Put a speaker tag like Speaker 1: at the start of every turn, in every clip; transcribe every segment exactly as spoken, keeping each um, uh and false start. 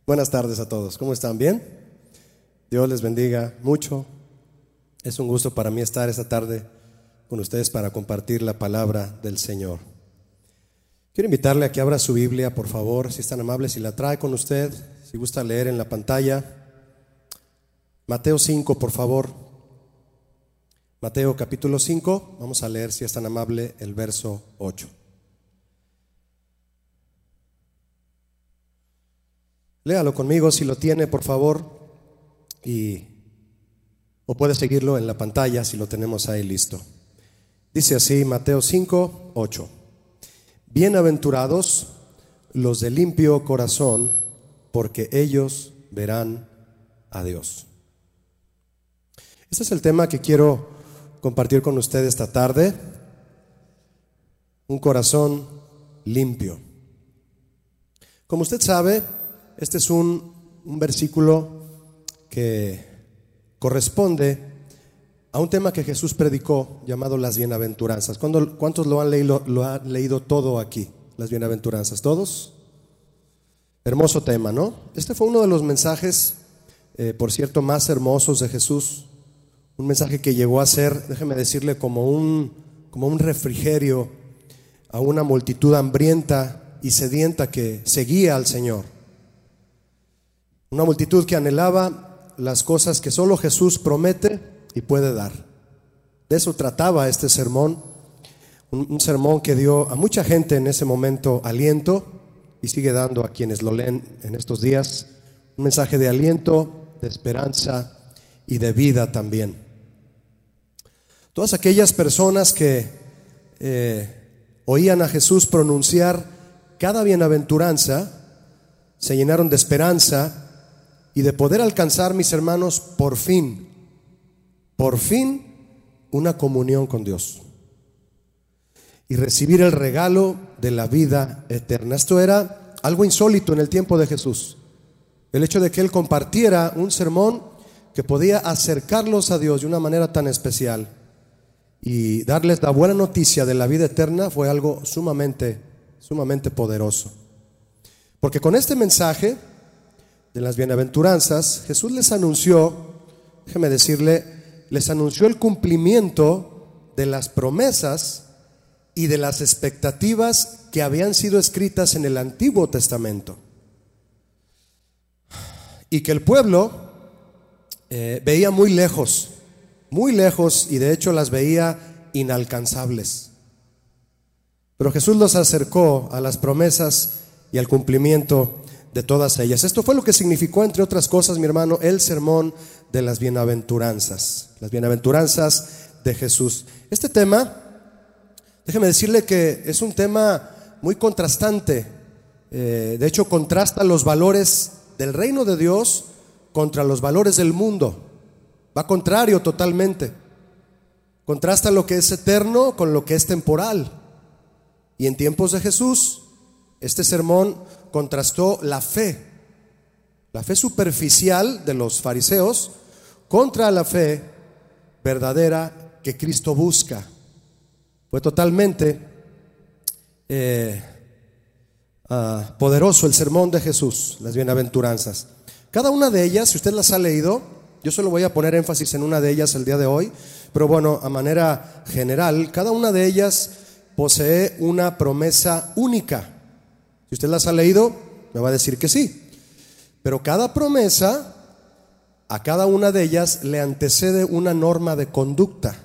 Speaker 1: Buenas tardes a todos, ¿cómo están? ¿Bien? Dios les bendiga mucho. Es un gusto para mí estar esta tarde con ustedes para compartir la palabra del Señor. Quiero invitarle a que abra su Biblia, por favor, si es tan amable, si la trae con usted, si gusta leer en la pantalla. Mateo cinco, por favor. Mateo capítulo cinco, vamos a leer, si es tan amable, el verso ocho. Léalo conmigo si lo tiene, por favor, y, o puede seguirlo en la pantalla si lo tenemos ahí listo. Dice así Mateo cinco, ocho. Bienaventurados los de limpio corazón, porque ellos verán a Dios. Este es el tema que quiero compartir con ustedes esta tarde. Un corazón limpio. Como usted sabe, este es un, un versículo que corresponde a un tema que Jesús predicó llamado las bienaventuranzas. ¿Cuántos lo han leído, lo han leído todo aquí? Las bienaventuranzas, ¿todos? Hermoso tema, ¿no? Este fue uno de los mensajes, eh, por cierto, más hermosos de Jesús. Un mensaje que llegó a ser, déjeme decirle, como un, como un refrigerio a una multitud hambrienta y sedienta que seguía al Señor. Una multitud que anhelaba las cosas que solo Jesús promete y puede dar. De eso trataba este sermón, un, un sermón que dio a mucha gente en ese momento aliento y sigue dando a quienes lo leen en estos días un mensaje de aliento, de esperanza y de vida también. Todas aquellas personas que eh, oían a Jesús pronunciar cada bienaventuranza se llenaron de esperanza y de poder alcanzar, mis hermanos, por fin, por fin, una comunión con Dios y recibir el regalo de la vida eterna. Esto era algo insólito en el tiempo de Jesús. El hecho de que Él compartiera un sermón que podía acercarlos a Dios de una manera tan especial y darles la buena noticia de la vida eterna fue algo sumamente, sumamente poderoso. Porque con este mensaje de las bienaventuranzas, Jesús les anunció, déjeme decirle, les anunció el cumplimiento de las promesas y de las expectativas que habían sido escritas en el Antiguo Testamento. Y que el pueblo eh, veía muy lejos, muy lejos, y de hecho las veía inalcanzables. Pero Jesús los acercó a las promesas y al cumplimiento de todas ellas. Esto fue lo que significó, entre otras cosas, mi hermano, el sermón de las bienaventuranzas, las bienaventuranzas de Jesús. Este tema, déjeme decirle que es un tema muy contrastante. Eh, de hecho, contrasta los valores del reino de Dios contra los valores del mundo. Va contrario totalmente. Contrasta lo que es eterno con lo que es temporal. Y en tiempos de Jesús, este sermón contrastó la fe, la fe superficial de los fariseos contra la fe verdadera que Cristo busca. Fue totalmente eh, uh, poderoso el sermón de Jesús, las bienaventuranzas. Cada una de ellas, si usted las ha leído, yo solo voy a poner énfasis en una de ellas el día de hoy, pero bueno, a manera general, cada una de ellas posee una promesa única. Si usted las ha leído, me va a decir que sí. Pero cada promesa, a cada una de ellas le antecede una norma de conducta.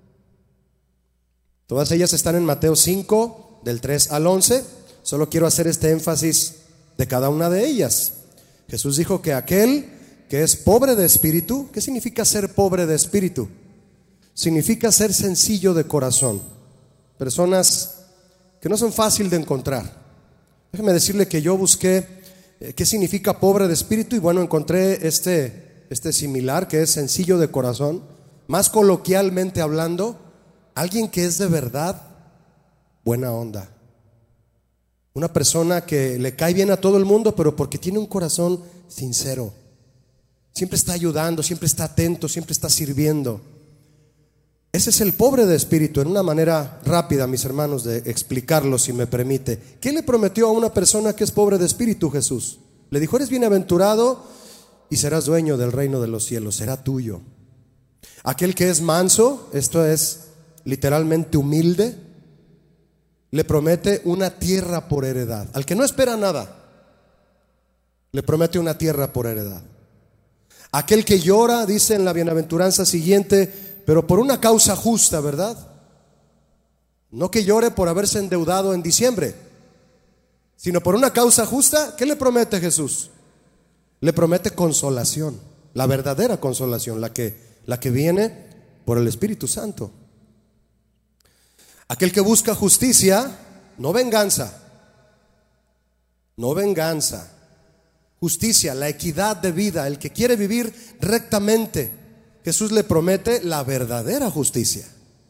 Speaker 1: Todas ellas están en Mateo cinco, del tres al once. Solo quiero hacer este énfasis de cada una de ellas. Jesús dijo que aquel que es pobre de espíritu, ¿qué significa ser pobre de espíritu? Significa ser sencillo de corazón. Personas que no son fácil de encontrar. Déjeme decirle que yo busqué eh, qué significa pobre de espíritu y bueno, encontré este, este similar que es sencillo de corazón. Más coloquialmente hablando, alguien que es de verdad buena onda. Una persona que le cae bien a todo el mundo, pero porque tiene un corazón sincero. Siempre está ayudando, siempre está atento, siempre está sirviendo. Ese es el pobre de espíritu, en una manera rápida, mis hermanos, de explicarlo, si me permite. ¿Qué le prometió a una persona que es pobre de espíritu Jesús? Le dijo: eres bienaventurado y serás dueño del reino de los cielos, será tuyo. Aquel que es manso, esto es literalmente humilde, le promete una tierra por heredad. Al que no espera nada, le promete una tierra por heredad. Aquel que llora, dice en la bienaventuranza siguiente, pero por una causa justa, ¿verdad? No que llore por haberse endeudado en diciembre, sino por una causa justa. ¿Qué le promete Jesús? Le promete consolación, la verdadera consolación, la que, la que viene por el Espíritu Santo. Aquel que busca justicia, no venganza, no venganza, justicia, la equidad de vida, el que quiere vivir rectamente, Jesús le promete la verdadera justicia.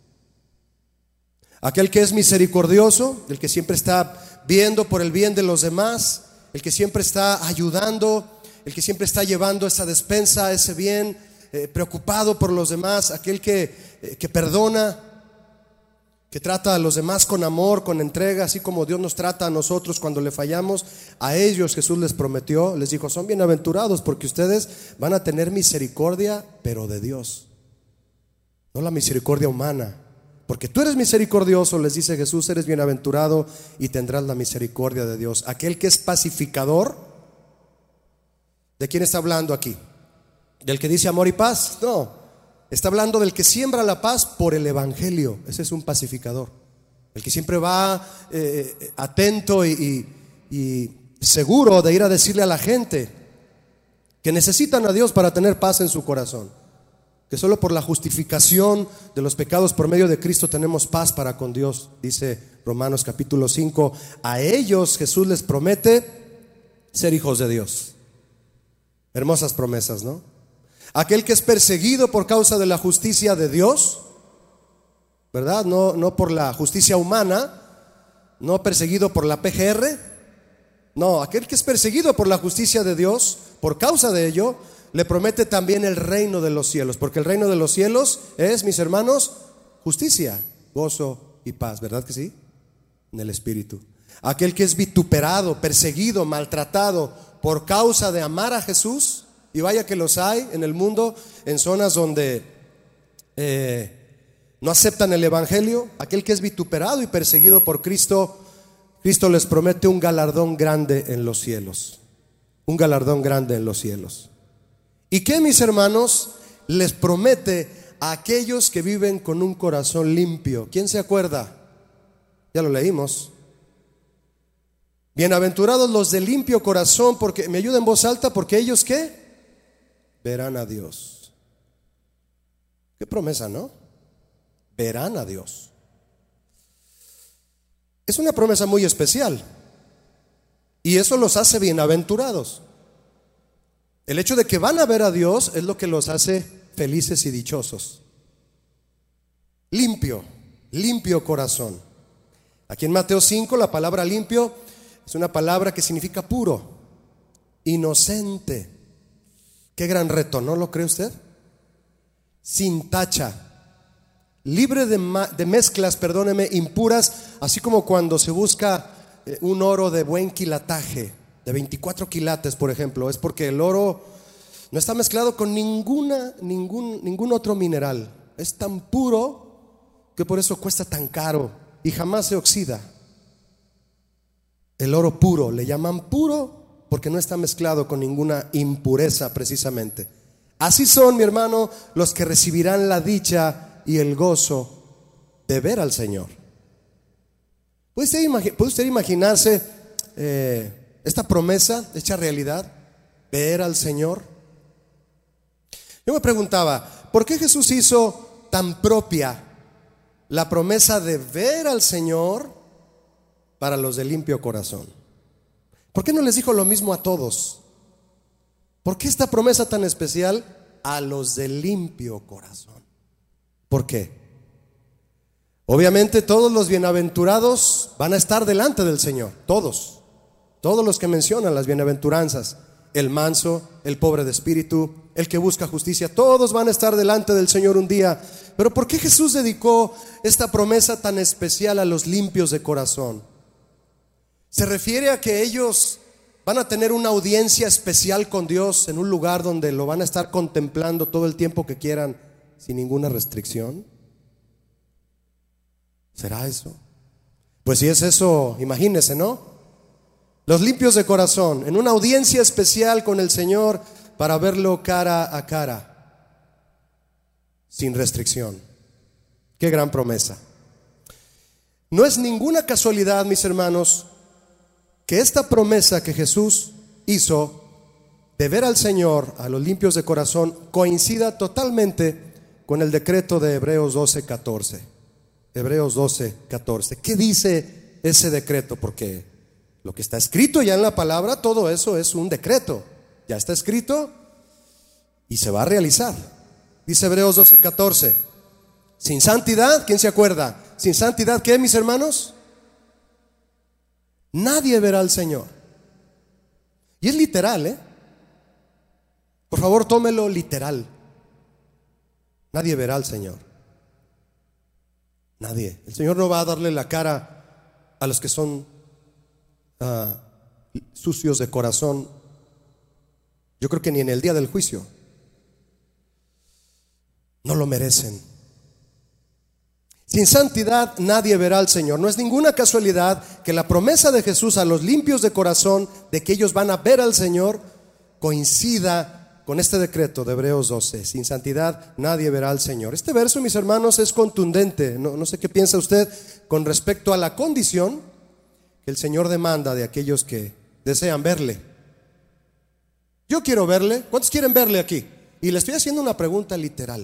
Speaker 1: Aquel que es misericordioso, el que siempre está viendo por el bien de los demás, el que siempre está ayudando, el que siempre está llevando esa despensa, ese bien, eh, preocupado por los demás, aquel que, eh, que perdona, que trata a los demás con amor, con entrega, así como Dios nos trata a nosotros cuando le fallamos. A ellos Jesús les prometió, les dijo: son bienaventurados porque ustedes van a tener misericordia, pero de Dios, no la misericordia humana. Porque tú eres misericordioso, les dice Jesús, eres bienaventurado y tendrás la misericordia de Dios. Aquel que es pacificador, ¿de quién está hablando aquí? ¿Del que dice amor y paz? No. Está hablando del que siembra la paz por el evangelio. Ese es un pacificador. El que siempre va eh, atento y, y, y seguro de ir a decirle a la gente que necesitan a Dios para tener paz en su corazón. Que solo por la justificación de los pecados por medio de Cristo tenemos paz para con Dios. Dice Romanos capítulo cinco. A ellos Jesús les promete ser hijos de Dios. Hermosas promesas, ¿no? Aquel que es perseguido por causa de la justicia de Dios, ¿verdad? No, no por la justicia humana, no perseguido por la P G R. No, aquel que es perseguido por la justicia de Dios, por causa de ello, le promete también el reino de los cielos. Porque el reino de los cielos es, mis hermanos, justicia, gozo y paz, ¿verdad que sí? En el Espíritu. Aquel que es vituperado, perseguido, maltratado por causa de amar a Jesús, y vaya que los hay en el mundo, en zonas donde eh, no aceptan el evangelio. Aquel que es vituperado y perseguido por Cristo, Cristo les promete un galardón grande en los cielos. Un galardón grande en los cielos. ¿Y qué, mis hermanos? Les promete a aquellos que viven con un corazón limpio. ¿Quién se acuerda? Ya lo leímos. Bienaventurados los de limpio corazón, porque me ayuda en voz alta, porque ellos ¿qué? Verán a Dios. Qué promesa, ¿no? Verán a Dios. Es una promesa muy especial, y eso los hace bienaventurados. El hecho de que van a ver a Dios es lo que los hace felices y dichosos. Limpio, limpio corazón. Aquí en Mateo cinco la palabra limpio es una palabra que significa puro, inocente. Qué gran reto, ¿no lo cree usted? Sin tacha, libre de, ma- de mezclas, perdóneme, impuras, así como cuando se busca eh, un oro de buen quilataje, de veinticuatro quilates, por ejemplo. Es porque el oro no está mezclado con ninguna, ningún, ningún otro mineral. Es tan puro que por eso cuesta tan caro y jamás se oxida. El oro puro, le llaman puro porque no está mezclado con ninguna impureza precisamente. Así son, mi hermano, los que recibirán la dicha y el gozo de ver al Señor. ¿Puede usted, imagi- puede usted imaginarse eh, esta promesa hecha realidad? Ver al Señor. Yo me preguntaba, ¿por qué Jesús hizo tan propia la promesa de ver al Señor para los de limpio corazón? ¿Por qué no les dijo lo mismo a todos? ¿Por qué esta promesa tan especial a los de limpio corazón? ¿Por qué? Obviamente todos los bienaventurados van a estar delante del Señor, todos, todos los que mencionan las bienaventuranzas, el manso, el pobre de espíritu, el que busca justicia, todos van a estar delante del Señor un día. Pero ¿por qué Jesús dedicó esta promesa tan especial a los limpios de corazón? Se refiere a que ellos van a tener una audiencia especial con Dios en un lugar donde lo van a estar contemplando todo el tiempo que quieran sin ninguna restricción. ¿Será eso? Pues si es eso, imagínese, ¿no? Los limpios de corazón, en una audiencia especial con el Señor para verlo cara a cara, sin restricción. Qué gran promesa. No es ninguna casualidad, mis hermanos, que esta promesa que Jesús hizo de ver al Señor, a los limpios de corazón, coincida totalmente con el decreto de Hebreos doce catorce. Hebreos doce catorce. ¿Qué dice ese decreto? Porque lo que está escrito ya en la palabra, todo eso es un decreto. Ya está escrito y se va a realizar. Dice Hebreos doce catorce. Sin santidad, ¿quién se acuerda? Sin santidad, ¿qué, mis hermanos? Nadie verá al Señor. Y es literal, ¿eh? Por favor, tómelo literal. Nadie verá al Señor. Nadie. El Señor no va a darle la cara a los que son uh, sucios de corazón. Yo creo que ni en el día del juicio. No lo merecen. Sin santidad nadie verá al Señor. No es ninguna casualidad que la promesa de Jesús a los limpios de corazón de que ellos van a ver al Señor coincida con este decreto de Hebreos doce. Sin santidad nadie verá al Señor. Este verso, mis hermanos, es contundente. No, no sé qué piensa usted con respecto a la condición que el Señor demanda de aquellos que desean verle. Yo quiero verle. ¿Cuántos quieren verle aquí? Y le estoy haciendo una pregunta literal.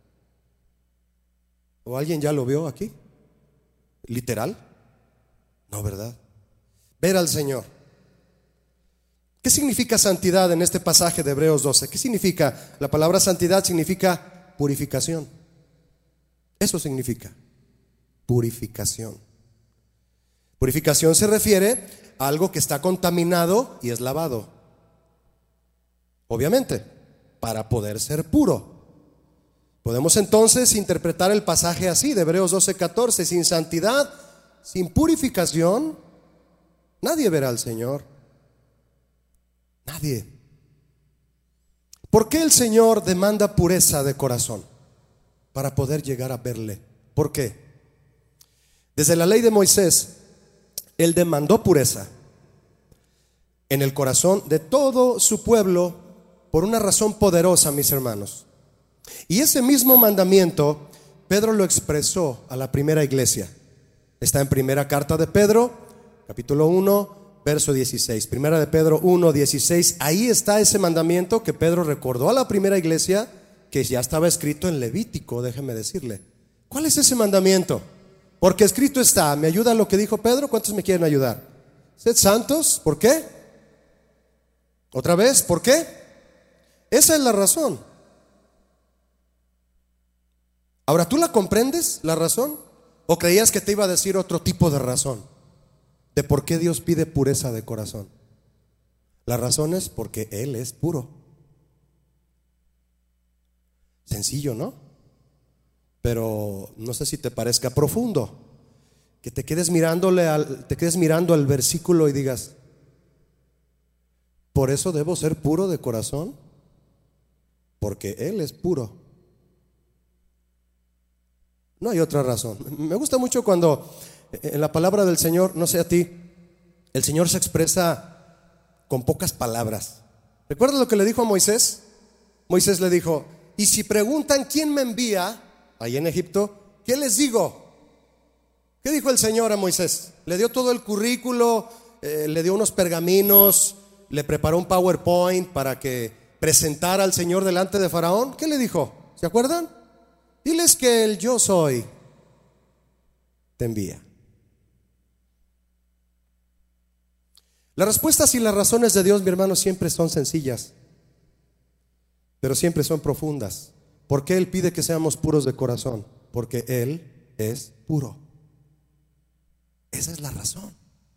Speaker 1: ¿O alguien ya lo vio aquí? ¿Literal? No, ¿verdad? Ver al Señor. ¿Qué significa santidad en este pasaje de Hebreos doce? ¿Qué significa? La palabra santidad significa purificación. Eso significa purificación. Purificación se refiere a algo que está contaminado y es lavado. Obviamente, para poder ser puro. Podemos entonces interpretar el pasaje así de Hebreos doce catorce. Sin santidad, sin purificación, nadie verá al Señor. Nadie. ¿Por qué el Señor demanda pureza de corazón? Para poder llegar a verle. ¿Por qué? Desde la ley de Moisés, Él demandó pureza en el corazón de todo su pueblo por una razón poderosa, mis hermanos. Y ese mismo mandamiento Pedro lo expresó a la primera iglesia. Está en primera carta de Pedro, capítulo uno, verso dieciséis. Primera de Pedro uno, dieciséis. Ahí está ese mandamiento que Pedro recordó a la primera iglesia, que ya estaba escrito en Levítico, déjeme decirle. ¿Cuál es ese mandamiento? Porque escrito está. ¿Me ayuda lo que dijo Pedro? ¿Cuántos me quieren ayudar? Sed santos. ¿Por qué? ¿Otra vez? ¿Por qué? Esa es la razón. Ahora, ¿tú la comprendes, la razón? ¿O creías que te iba a decir otro tipo de razón? De por qué Dios pide pureza de corazón. La razón es porque Él es puro. Sencillo, ¿no? Pero no sé si te parezca profundo. Que te quedes mirándole al, te quedes mirando al versículo y digas: ¿por eso debo ser puro de corazón? Porque Él es puro. No hay otra razón. Me gusta mucho cuando en la palabra del Señor, no sé a ti, el Señor se expresa con pocas palabras. ¿Recuerdas lo que le dijo a Moisés? Moisés le dijo: y si preguntan quién me envía, ahí en Egipto, ¿qué les digo? ¿Qué dijo el Señor a Moisés? Le dio todo el currículo, eh, le dio unos pergaminos, le preparó un PowerPoint para que presentara al Señor delante de Faraón. ¿Qué le dijo? ¿Se acuerdan? Diles que el yo soy te envía. Las respuestas y las razones de Dios, mi hermano, siempre son sencillas, pero siempre son profundas. ¿Por qué Él pide que seamos puros de corazón? Porque Él es puro. Esa es la razón.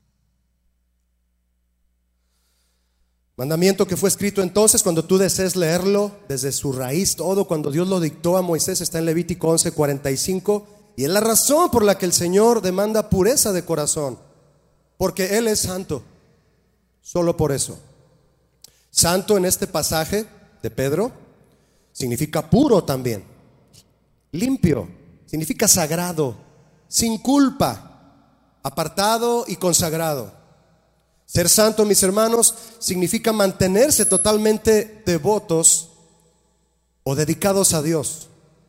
Speaker 1: Mandamiento que fue escrito entonces, cuando tú desees leerlo desde su raíz, todo cuando Dios lo dictó a Moisés, está en Levítico once, cuarenta y cinco. Y es la razón por la que el Señor demanda pureza de corazón, porque Él es santo. Solo por eso. Santo en este pasaje de Pedro significa puro también. Limpio, significa sagrado, sin culpa, apartado y consagrado. Ser santo, mis hermanos, significa mantenerse totalmente devotos o dedicados a Dios,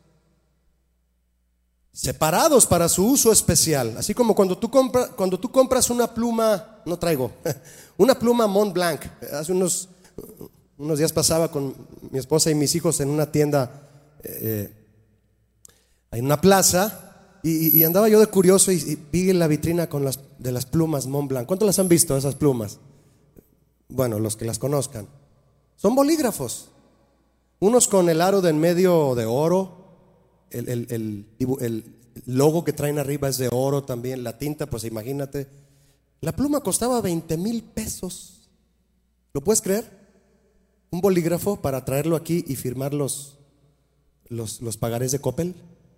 Speaker 1: separados para su uso especial. Así como cuando tú, compra, cuando tú compras una pluma, no traigo, una pluma Mont Blanc. Hace unos, unos días pasaba con mi esposa y mis hijos en una tienda, eh, en una plaza, y, y andaba yo de curioso y, y vi la vitrina con las, de las plumas Mont Blanc. ¿Cuántos las han visto, esas plumas? Bueno, los que las conozcan. Son bolígrafos. Unos con el aro de en medio de oro. El, el, el, el logo que traen arriba es de oro también. La tinta, pues imagínate. La pluma costaba veinte mil pesos. ¿Lo puedes creer? Un bolígrafo para traerlo aquí y firmar los, los, los pagarés de Coppel.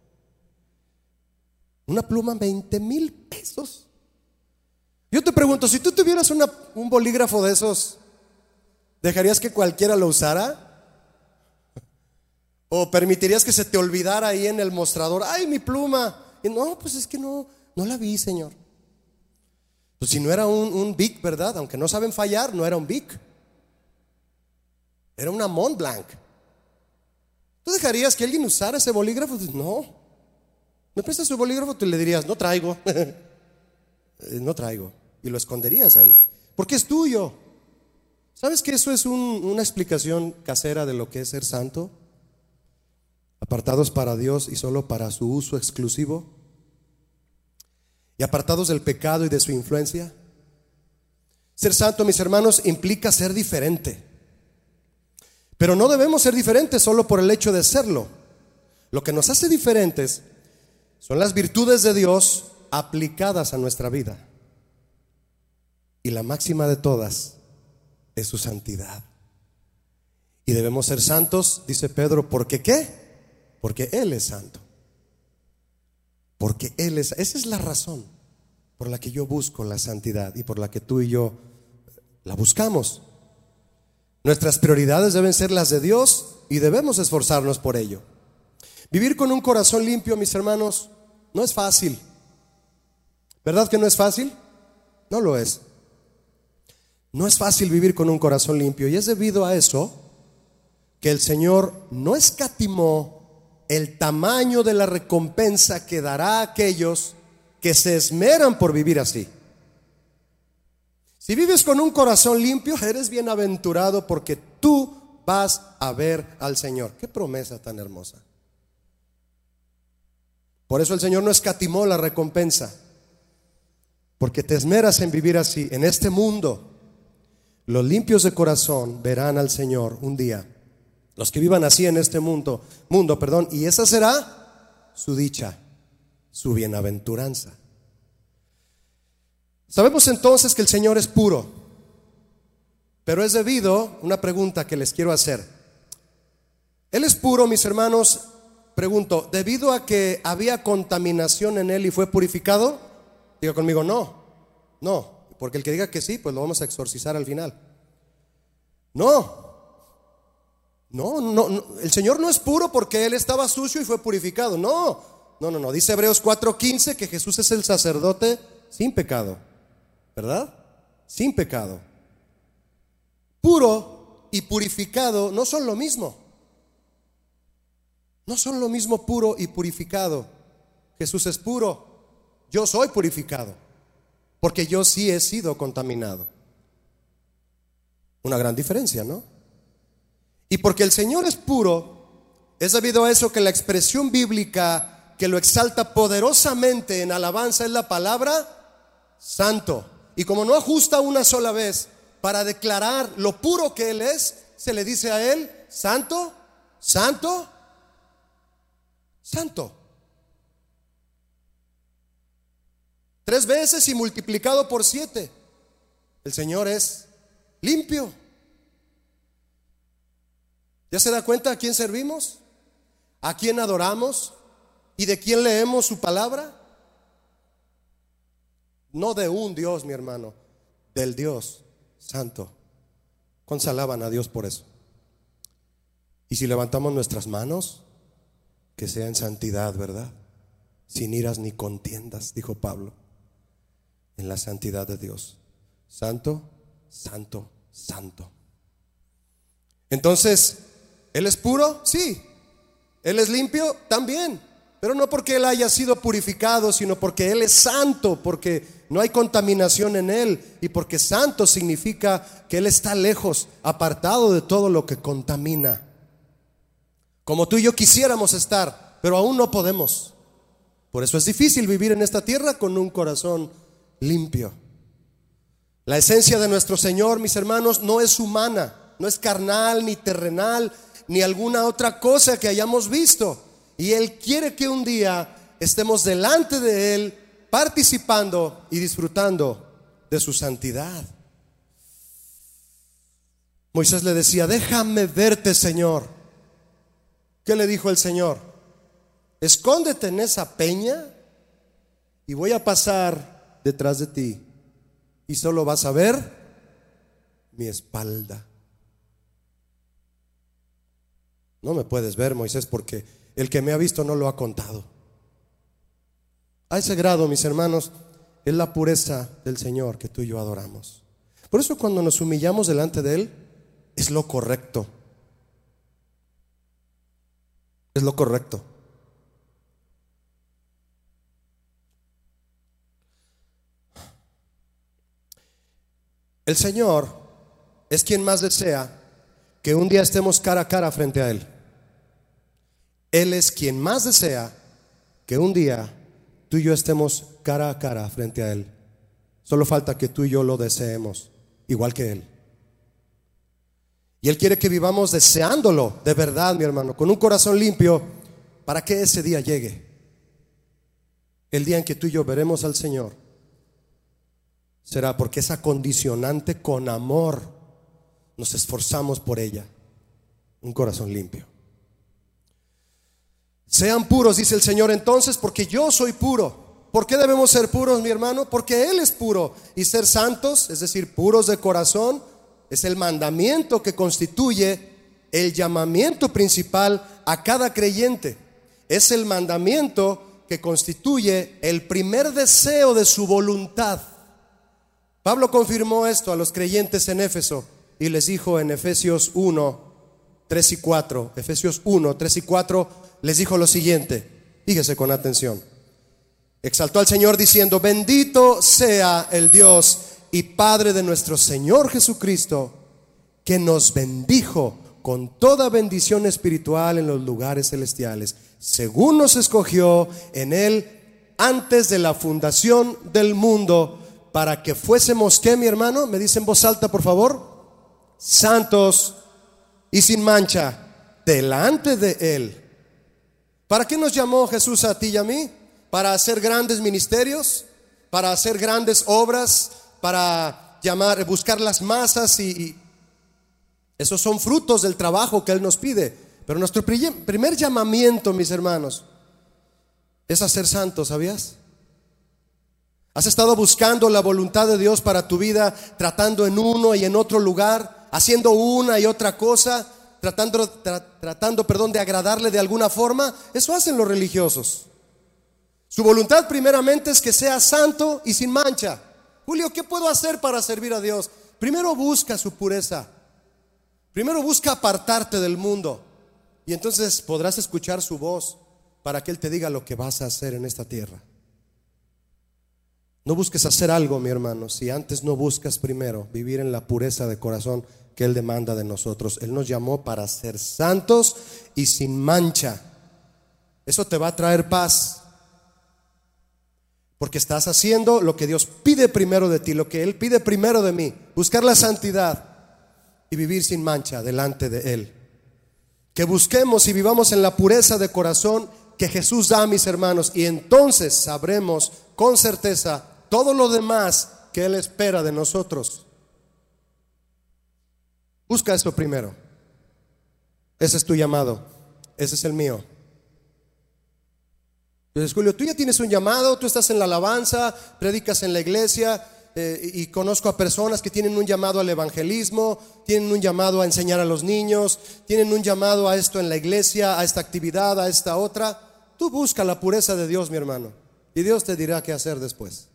Speaker 1: Una pluma, veinte mil pesos. Yo te pregunto, si tú tuvieras una, un bolígrafo de esos, ¿dejarías que cualquiera lo usara? ¿O permitirías que se te olvidara ahí en el mostrador? ¡Ay, mi pluma! Y no, pues es que no, no la vi, señor. Pues si no era un, un Bic, ¿verdad? Aunque no saben fallar, no era un Bic. Era una Mont Blanc. ¿Tú dejarías que alguien usara ese bolígrafo? Pues no. ¿Me prestas su bolígrafo? Tú le dirías, no traigo. No traigo. Y lo esconderías ahí, porque es tuyo. ¿Sabes que eso es un, una explicación casera de lo que es ser santo? Apartados para Dios y solo para su uso exclusivo, y apartados del pecado y de su influencia. Ser santo, mis hermanos, implica ser diferente. Pero no debemos ser diferentes solo por el hecho de serlo. Lo que nos hace diferentes son las virtudes de Dios aplicadas a nuestra vida. Y la máxima de todas es su santidad. Y debemos ser santos, dice Pedro, ¿porque qué? Porque Él es santo. Porque Él es, esa es la razón por la que yo busco la santidad y por la que tú y yo la buscamos. Nuestras prioridades deben ser las de Dios y debemos esforzarnos por ello. Vivir con un corazón limpio, mis hermanos, no es fácil. ¿Verdad que no es fácil? No lo es. No es fácil vivir con un corazón limpio, y es debido a eso que el Señor no escatimó el tamaño de la recompensa que dará a aquellos que se esmeran por vivir así. Si vives con un corazón limpio, eres bienaventurado, porque tú vas a ver al Señor. Qué promesa tan hermosa. Por eso el Señor no escatimó la recompensa, porque te esmeras en vivir así. En este mundo, los limpios de corazón verán al Señor un día. Los que vivan así en este mundo, mundo, perdón, y esa será su dicha, su bienaventuranza. Sabemos entonces que el Señor es puro, pero es debido, una pregunta que les quiero hacer. Él es puro, mis hermanos, pregunto, ¿debido a que había contaminación en Él y fue purificado? Diga conmigo, no, no, porque el que diga que sí, pues lo vamos a exorcizar al final. No. No, no, no, el Señor no es puro porque Él estaba sucio y fue purificado. No, no, no, no. Dice Hebreos cuatro quince que Jesús es el sacerdote sin pecado, ¿verdad? Sin pecado. Puro y purificado no son lo mismo. No son lo mismo puro y purificado. Jesús es puro, yo soy purificado, porque yo sí he sido contaminado. Una gran diferencia, ¿no? Y porque el Señor es puro, es debido a eso que la expresión bíblica que lo exalta poderosamente en alabanza es la palabra santo. Y como no ajusta una sola vez para declarar lo puro que Él es, se le dice a Él santo, santo, santo. Tres veces y multiplicado por siete. El Señor es limpio. ¿Ya se da cuenta a quién servimos? ¿A quién adoramos? ¿Y de quién leemos su palabra? No de un Dios, mi hermano, del Dios santo. ¿Cuántos alaban a Dios por eso? Y si levantamos nuestras manos, que sea en santidad, ¿verdad? Sin iras ni contiendas, dijo Pablo, en la santidad de Dios. Santo, santo, santo. Entonces, ¿Él es puro? Sí. ¿Él es limpio? También. Pero no porque Él haya sido purificado, sino porque Él es santo, porque no hay contaminación en Él, y porque santo significa que Él está lejos, apartado de todo lo que contamina. Como tú y yo quisiéramos estar, pero aún no podemos. Por eso es difícil vivir en esta tierra con un corazón limpio. La esencia de nuestro Señor, mis hermanos, no es humana, no es carnal, ni terrenal, ni alguna otra cosa que hayamos visto. Y Él quiere que un día estemos delante de Él, participando y disfrutando de su santidad. Moisés le decía: déjame verte, Señor. ¿Qué le dijo el Señor? Escóndete en esa peña y voy a pasar detrás de ti, y solo vas a ver mi espalda. No me puedes ver, Moisés, porque el que me ha visto no lo ha contado. A ese grado, mis hermanos, es la pureza del Señor que tú y yo adoramos. Por eso cuando nos humillamos delante de Él, es lo correcto. Es lo correcto. El Señor es quien más desea que un día estemos cara a cara frente a Él. Él es quien más desea que un día tú y yo estemos cara a cara frente a Él. Solo falta que tú y yo lo deseemos, igual que Él. Y Él quiere que vivamos deseándolo de verdad, mi hermano, con un corazón limpio, para que ese día llegue. El día en que tú y yo veremos al Señor será porque esa condicionante, con amor nos esforzamos por ella. Un corazón limpio. Sean puros, dice el Señor entonces, porque yo soy puro. ¿Por qué debemos ser puros, mi hermano? Porque Él es puro. Y ser santos, es decir, puros de corazón, es el mandamiento que constituye el llamamiento principal a cada creyente. Es el mandamiento que constituye el primer deseo de su voluntad. Pablo confirmó esto a los creyentes en Éfeso y les dijo en Efesios uno, tres y cuatro, Efesios uno, tres y cuatro, les dijo lo siguiente, fíjese con atención. Exaltó al Señor diciendo: bendito sea el Dios y Padre de nuestro Señor Jesucristo, que nos bendijo con toda bendición espiritual en los lugares celestiales, según nos escogió en Él antes de la fundación del mundo, para que fuésemos, ¿qué, mi hermano? Me dice en voz alta, por favor. Santos y sin mancha delante de Él. ¿Para qué nos llamó Jesús a ti y a mí? ¿Para hacer grandes ministerios? ¿Para hacer grandes obras? ¿Para llamar, buscar las masas? Y, y esos son frutos del trabajo que Él nos pide. Pero nuestro primer llamamiento, mis hermanos, es a ser santos, ¿sabías? ¿Has estado buscando la voluntad de Dios para tu vida, tratando en uno y en otro lugar, haciendo una y otra cosa, tratando, tra, tratando, perdón, de agradarle de alguna forma? Eso hacen los religiosos. Su voluntad primeramente es que sea santo y sin mancha. Julio, ¿qué puedo hacer para servir a Dios? Primero busca su pureza. Primero busca apartarte del mundo, y entonces podrás escuchar su voz para que Él te diga lo que vas a hacer en esta tierra. No busques hacer algo, mi hermano, si antes no buscas primero vivir en la pureza de corazón que Él demanda de nosotros. Él nos llamó para ser santos y sin mancha. Eso te va a traer paz, porque estás haciendo lo que Dios pide primero de ti, lo que Él pide primero de mí, buscar la santidad y vivir sin mancha delante de Él. Que busquemos y vivamos en la pureza de corazón que Jesús da, mis hermanos, y entonces sabremos con certeza todo lo demás que Él espera de nosotros. Busca esto primero. Ese es tu llamado, ese es el mío. Entonces, Julio, tú ya tienes un llamado, tú estás en la alabanza, predicas en la iglesia, eh, y conozco a personas que tienen un llamado al evangelismo, tienen un llamado a enseñar a los niños, tienen un llamado a esto en la iglesia, a esta actividad, a esta otra. Tú busca la pureza de Dios, mi hermano, y Dios te dirá qué hacer después.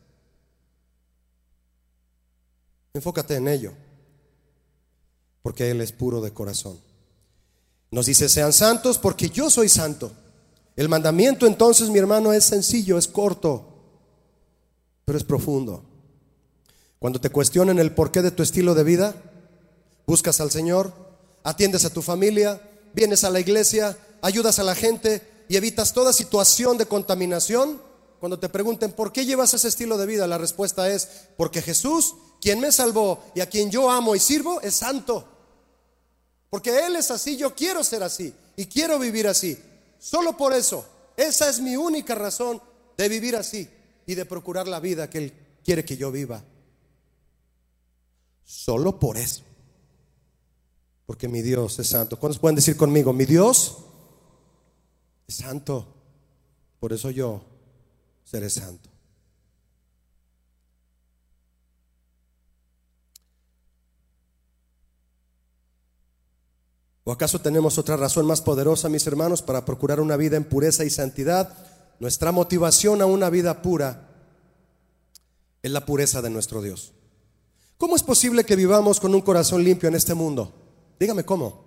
Speaker 1: Enfócate en ello, porque Él es puro de corazón. Nos dice: sean santos porque yo soy santo. El mandamiento entonces, mi hermano, es sencillo, es corto, pero es profundo. Cuando te cuestionen el porqué de tu estilo de vida, buscas al Señor, atiendes a tu familia, vienes a la iglesia, ayudas a la gente y evitas toda situación de contaminación. Cuando te pregunten ¿por qué llevas ese estilo de vida?, la respuesta es: porque Jesús, quien me salvó y a quien yo amo y sirvo, es santo. Porque Él es así, yo quiero ser así y quiero vivir así. Solo por eso, esa es mi única razón de vivir así y de procurar la vida que Él quiere que yo viva. Solo por eso. Porque mi Dios es santo. ¿Cuántos pueden decir conmigo? Mi Dios es santo, por eso yo seré santo. ¿O acaso tenemos otra razón más poderosa, mis hermanos, para procurar una vida en pureza y santidad? Nuestra motivación a una vida pura es la pureza de nuestro Dios. ¿Cómo es posible que vivamos con un corazón limpio en este mundo? Dígame cómo.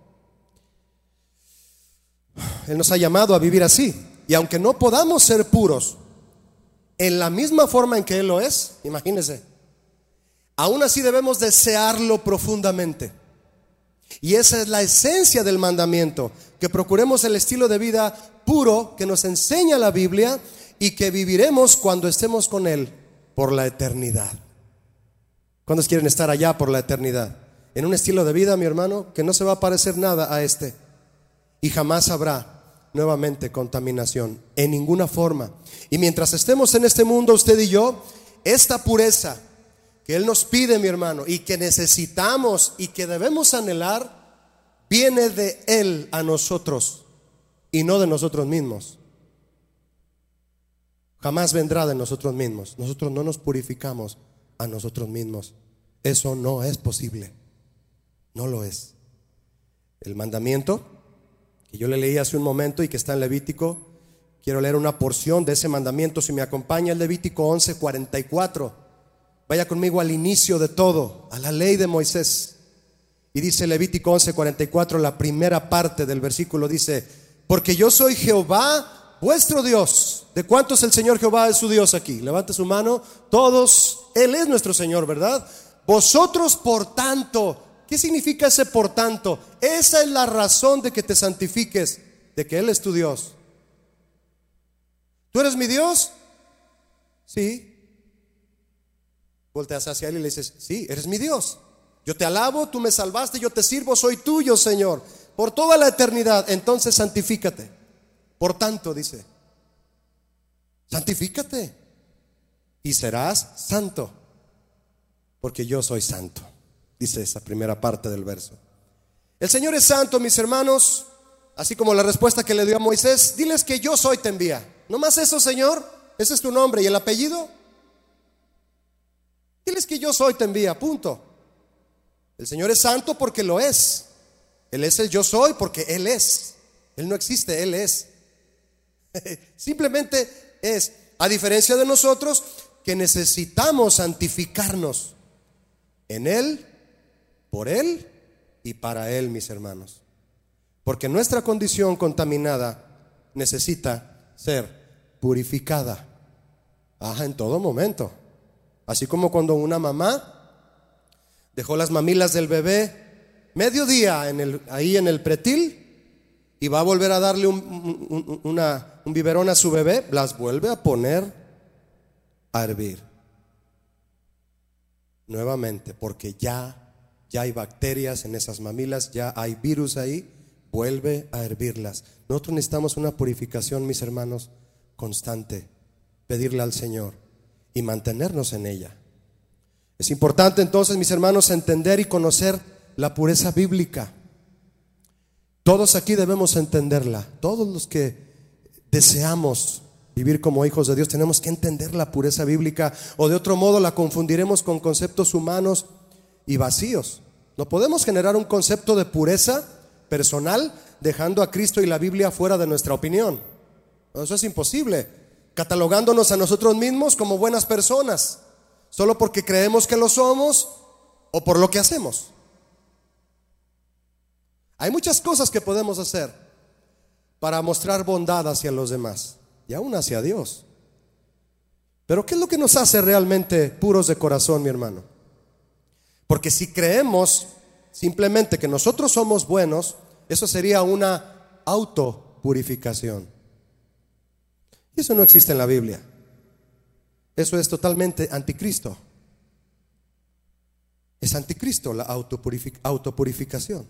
Speaker 1: Él nos ha llamado a vivir así, y aunque no podamos ser puros en la misma forma en que Él lo es, imagínense, aún así debemos desearlo profundamente. Y esa es la esencia del mandamiento, que procuremos el estilo de vida puro que nos enseña la Biblia y que viviremos cuando estemos con Él por la eternidad. ¿Cuántos quieren estar allá por la eternidad? En un estilo de vida, mi hermano, que no se va a parecer nada a este, y jamás habrá nuevamente contaminación en ninguna forma. Y mientras estemos en este mundo, usted y yo, esta pureza que Él nos pide, mi hermano, y que necesitamos y que debemos anhelar, viene de Él a nosotros y no de nosotros mismos. Jamás vendrá de nosotros mismos. Nosotros no nos purificamos a nosotros mismos. Eso no es posible. No lo es. El mandamiento que yo le leí hace un momento y que está en Levítico, quiero leer una porción de ese mandamiento. Si me acompaña, el Levítico once cuarenta y cuatro. Vaya conmigo al inicio de todo, a la ley de Moisés. Y dice Levítico once cuarenta y cuatro, la primera parte del versículo dice: porque yo soy Jehová vuestro Dios. ¿De cuántos el Señor Jehová es su Dios aquí? Levante su mano. Todos. Él es nuestro Señor, ¿verdad? Vosotros por tanto. ¿Qué significa ese por tanto? Esa es la razón de que te santifiques, de que Él es tu Dios. ¿Tú eres mi Dios? Sí. Volteas hacia Él y le dices: sí, eres mi Dios. Yo te alabo, tú me salvaste, yo te sirvo, soy tuyo, Señor, por toda la eternidad. Entonces santifícate. Por tanto, dice, santifícate y serás santo, porque yo soy santo. Dice esa primera parte del verso. El Señor es santo, mis hermanos, así como la respuesta que le dio a Moisés: diles que yo soy te envía. ¿No más eso, Señor? Ese es tu nombre. ¿Y el apellido? Diles que yo soy te envía, punto. El Señor es santo porque lo es. Él es el yo soy porque Él es. Él no existe, Él es. Simplemente es. A diferencia de nosotros, que necesitamos santificarnos en Él, por Él y para Él, mis hermanos. Porque nuestra condición contaminada necesita ser purificada. Ajá, en todo momento. Así como cuando una mamá dejó las mamilas del bebé mediodía en el, ahí en el pretil, y va a volver a darle un, un, una, un biberón a su bebé, las vuelve a poner a hervir nuevamente, porque ya, ya hay bacterias en esas mamilas, ya hay virus ahí, vuelve a hervirlas. Nosotros necesitamos una purificación, mis hermanos, constante, pedirle al Señor y mantenernos en ella. Es importante entonces, mis hermanos, entender y conocer la pureza bíblica. Todos aquí debemos entenderla. Todos los que deseamos vivir como hijos de Dios, tenemos que entender la pureza bíblica, o de otro modo la confundiremos con conceptos humanos y vacíos. No podemos generar un concepto de pureza personal dejando a Cristo y la Biblia fuera de nuestra opinión. Eso es imposible, catalogándonos a nosotros mismos como buenas personas, solo porque creemos que lo somos o por lo que hacemos. Hay muchas cosas que podemos hacer para mostrar bondad hacia los demás y aún hacia Dios. Pero ¿qué es lo que nos hace realmente puros de corazón, mi hermano? Porque si creemos simplemente que nosotros somos buenos, eso sería una autopurificación. Y eso no existe en la Biblia. Eso es totalmente anticristo. Es anticristo la autopurific- autopurificación.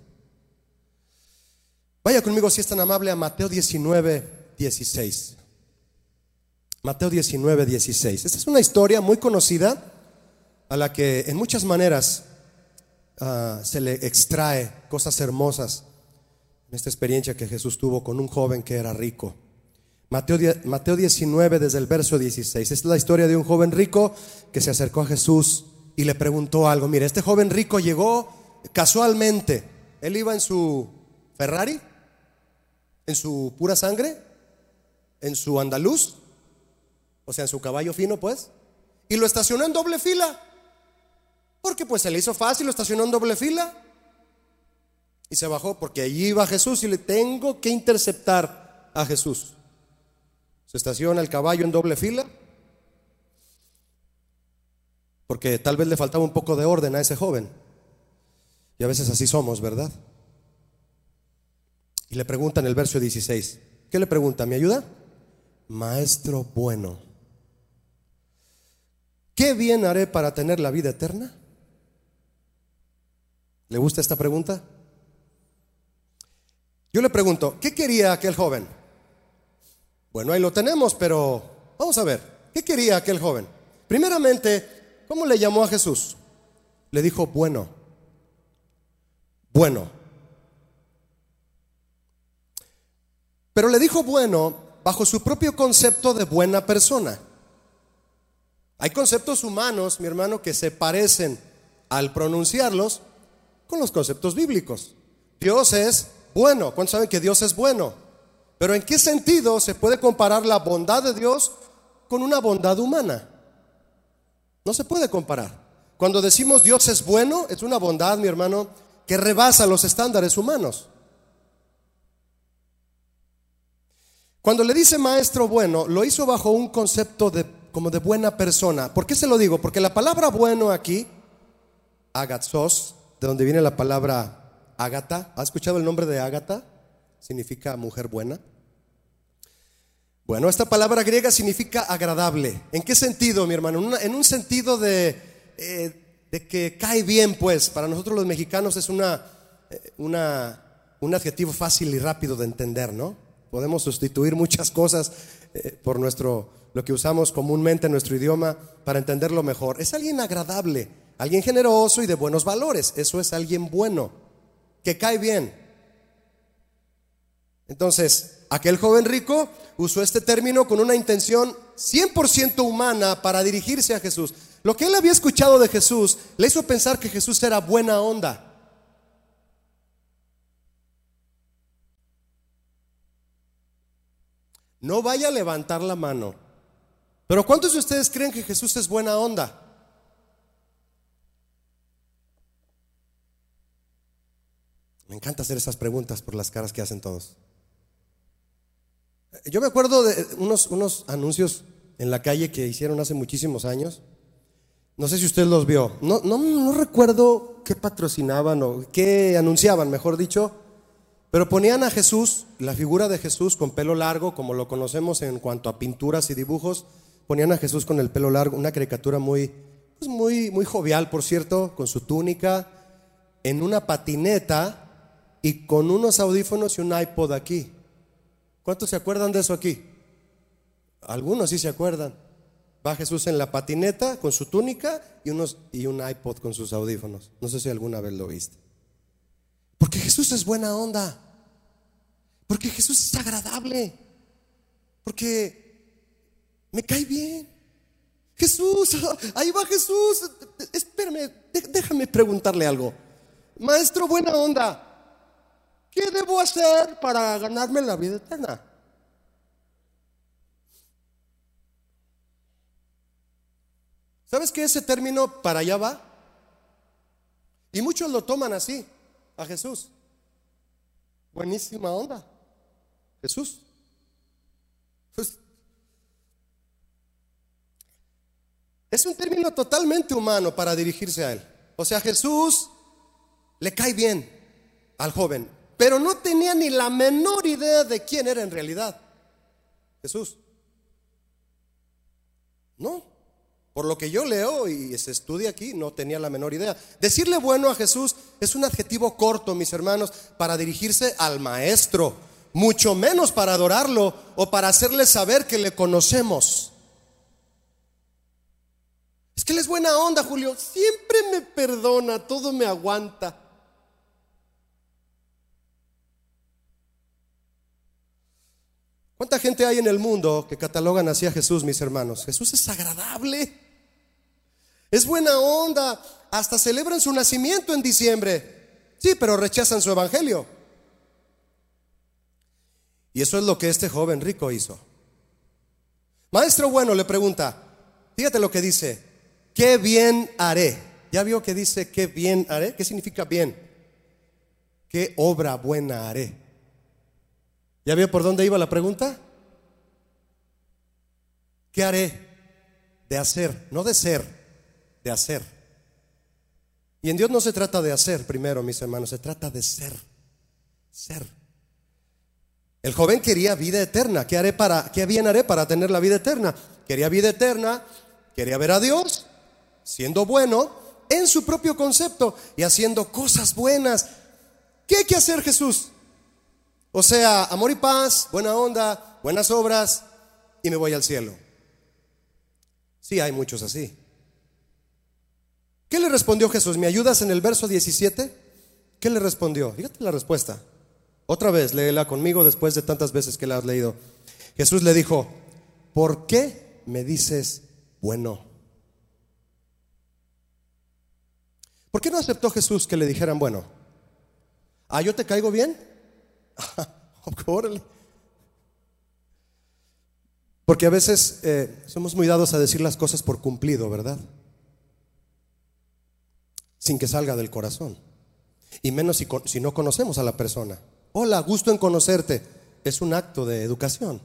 Speaker 1: Vaya conmigo, si es tan amable, a Mateo diecinueve, dieciséis. Mateo diecinueve, dieciséis. Esta es una historia muy conocida a la que en muchas maneras uh, se le extrae cosas hermosas en esta experiencia que Jesús tuvo con un joven que era rico. Mateo, Mateo diecinueve, desde el verso dieciséis. Es la historia de un joven rico que se acercó a Jesús y le preguntó algo. Mire, este joven rico llegó casualmente. Él iba en su Ferrari, en su pura sangre, en su andaluz, o sea, en su caballo fino, pues, y lo estacionó en doble fila, porque pues se le hizo fácil, lo estacionó en doble fila y se bajó, porque allí iba Jesús y le tengo que interceptar a Jesús. Se estaciona el caballo en doble fila, porque tal vez le faltaba un poco de orden a ese joven, y a veces así somos, ¿verdad? Y le pregunta en el verso dieciséis, ¿qué le pregunta? ¿Me ayuda? Maestro bueno, ¿qué bien haré para tener la vida eterna? ¿Le gusta esta pregunta? Yo le pregunto, ¿qué quería aquel joven? Bueno, ahí lo tenemos, pero vamos a ver, ¿qué quería aquel joven? Primeramente, ¿cómo le llamó a Jesús? Le dijo bueno, bueno. Pero le dijo bueno bajo su propio concepto de buena persona. Hay conceptos humanos, mi hermano, que se parecen al pronunciarlos con los conceptos bíblicos. Dios es bueno. ¿Cuántos saben que Dios es bueno? Pero ¿en qué sentido se puede comparar la bondad de Dios con una bondad humana? No se puede comparar. Cuando decimos Dios es bueno, es una bondad, mi hermano, que rebasa los estándares humanos. Cuando le dice maestro bueno, lo hizo bajo un concepto de, como de buena persona. ¿Por qué se lo digo? Porque la palabra bueno aquí, agatzos, de donde viene la palabra Ágata. ¿Ha escuchado el nombre de Ágata? Significa mujer buena. Bueno, esta palabra griega significa agradable. ¿En qué sentido, mi hermano? En, una, en un sentido de, eh, de que cae bien, pues. Para nosotros los mexicanos es una, una, un adjetivo fácil y rápido de entender, ¿no? Podemos sustituir muchas cosas eh, por nuestro, lo que usamos comúnmente en nuestro idioma para entenderlo mejor. Es alguien agradable, alguien generoso y de buenos valores. Eso es alguien bueno, que cae bien. Entonces, aquel joven rico usó este término con una intención cien por ciento humana para dirigirse a Jesús. Lo que él había escuchado de Jesús le hizo pensar que Jesús era buena onda. No vaya a levantar la mano. Pero ¿cuántos de ustedes creen que Jesús es buena onda? Me encanta hacer esas preguntas por las caras que hacen todos. Yo me acuerdo de unos, unos anuncios en la calle que hicieron hace muchísimos años. No sé si usted los vio. No, no, no recuerdo qué patrocinaban o qué anunciaban, mejor dicho. Pero ponían a Jesús, la figura de Jesús con pelo largo, como lo conocemos en cuanto a pinturas y dibujos. Ponían a Jesús con el pelo largo, una caricatura muy, pues muy, muy jovial, por cierto, con su túnica, en una patineta y con unos audífonos y un iPod aquí. ¿Cuántos se acuerdan de eso aquí? Algunos sí se acuerdan. Va Jesús en la patineta con su túnica y, unos, y un iPod con sus audífonos. No sé si alguna vez lo viste. Porque Jesús es buena onda. Porque Jesús es agradable. Porque Me cae bien. Jesús, ahí va Jesús. Espérame, déjame preguntarle algo. Maestro, buena onda, ¿qué debo hacer para ganarme la vida eterna? ¿Sabes qué ese término para allá va? Y muchos lo toman así, a Jesús. Buenísima onda, Jesús. Pues, es un término totalmente humano para dirigirse a él. O sea, Jesús le cae bien al joven, pero no tenía ni la menor idea de quién era en realidad Jesús. No. Por lo que yo leo y se estudia aquí, no tenía la menor idea. Decirle bueno a Jesús es un adjetivo corto, mis hermanos, para dirigirse al maestro, mucho menos para adorarlo o para hacerle saber que le conocemos. Es que él es buena onda, Julio, siempre me perdona, todo me aguanta. ¿Cuánta gente hay en el mundo que catalogan así a Jesús, mis hermanos? Jesús es agradable, es buena onda, hasta celebran su nacimiento en diciembre. Sí, pero rechazan su evangelio. Y eso es lo que este joven rico hizo. Maestro bueno le pregunta, fíjate lo que dice, ¿qué bien haré? ¿Ya vio que dice qué bien haré? ¿Qué significa bien? ¿Qué obra buena haré? ¿Ya vio por dónde iba la pregunta? ¿Qué haré? De hacer, no de ser, de hacer. Y en Dios no se trata de hacer primero, mis hermanos, se trata de ser. Ser. El joven quería vida eterna. ¿Qué haré para, qué bien haré para tener la vida eterna? Quería vida eterna, quería ver a Dios siendo bueno en su propio concepto y haciendo cosas buenas. ¿Qué hay que hacer, Jesús? O sea, amor y paz, buena onda, buenas obras y me voy al cielo. Sí, hay muchos así. ¿Qué le respondió Jesús? ¿Me ayudas en el verso diecisiete? ¿Qué le respondió? Fíjate la respuesta. Otra vez, léela conmigo después de tantas veces que la has leído. Jesús le dijo, ¿por qué me dices bueno? ¿Por qué no aceptó Jesús que le dijeran bueno? ¿Ah, yo te caigo bien? Órale. Porque a veces eh, somos muy dados a decir las cosas por cumplido, ¿verdad? Sin que salga del corazón. Y menos si, si no conocemos a la persona. Hola, gusto en conocerte. Es un acto de educación.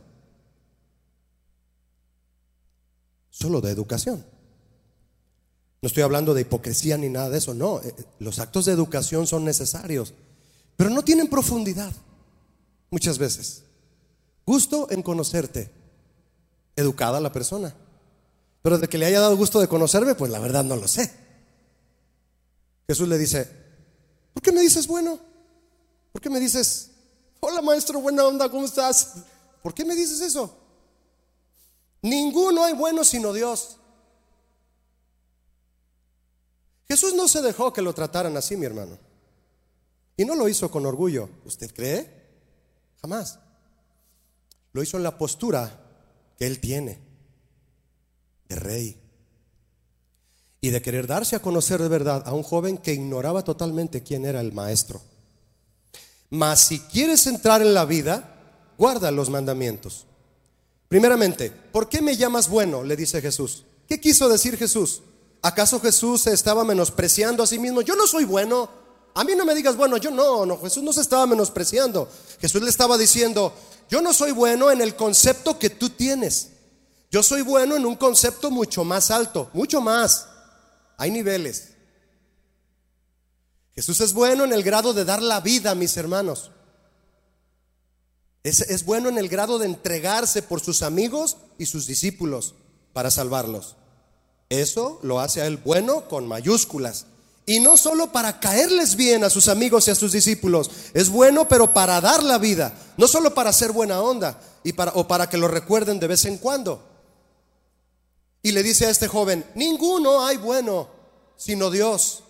Speaker 1: Solo de educación. No estoy hablando de hipocresía ni nada de eso. No, eh, los actos de educación son necesarios, pero no tienen profundidad. Muchas veces. Gusto en conocerte. Educada la persona. Pero de que le haya dado gusto de conocerme, pues la verdad no lo sé. Jesús le dice, ¿por qué me dices bueno? ¿Por qué me dices, hola maestro, buena onda, ¿cómo estás? ¿Por qué me dices eso? Ninguno hay bueno sino Dios. Jesús no se dejó que lo trataran así, mi hermano. Y no lo hizo con orgullo. ¿Usted cree? Jamás. Lo hizo en la postura que él tiene de rey y de querer darse a conocer de verdad a un joven que ignoraba totalmente quién era el maestro. Mas si quieres entrar en la vida, guarda los mandamientos. Primeramente, ¿por qué me llamas bueno?, le dice Jesús. ¿Qué quiso decir Jesús? ¿Acaso Jesús se estaba menospreciando a sí mismo? Yo no soy bueno, a mí no me digas bueno. Yo no, no, Jesús no se estaba menospreciando. Jesús le estaba diciendo, yo no soy bueno en el concepto que tú tienes. Yo soy bueno en un concepto mucho más alto, mucho más. Hay niveles. Jesús es bueno en el grado de dar la vida, mis hermanos. Es, es bueno en el grado de entregarse por sus amigos y sus discípulos para salvarlos. Eso lo hace a él bueno con mayúsculas. Y no solo para caerles bien a sus amigos y a sus discípulos. Es bueno, pero para dar la vida. No solo para ser buena onda y para, o para que lo recuerden de vez en cuando. Y le dice a este joven, ninguno hay bueno sino Dios.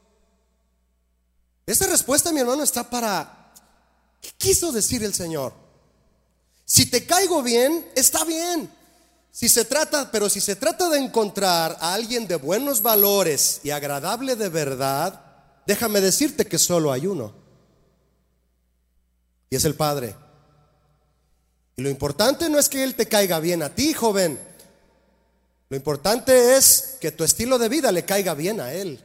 Speaker 1: Esta respuesta, mi hermano, está para, ¿qué quiso decir el Señor? Si te caigo bien, está bien. Si se trata, pero si se trata de encontrar a alguien de buenos valores y agradable de verdad, déjame decirte que solo hay uno, y es el Padre. Y lo importante no es que Él te caiga bien a ti, joven. Lo importante es que tu estilo de vida le caiga bien a Él.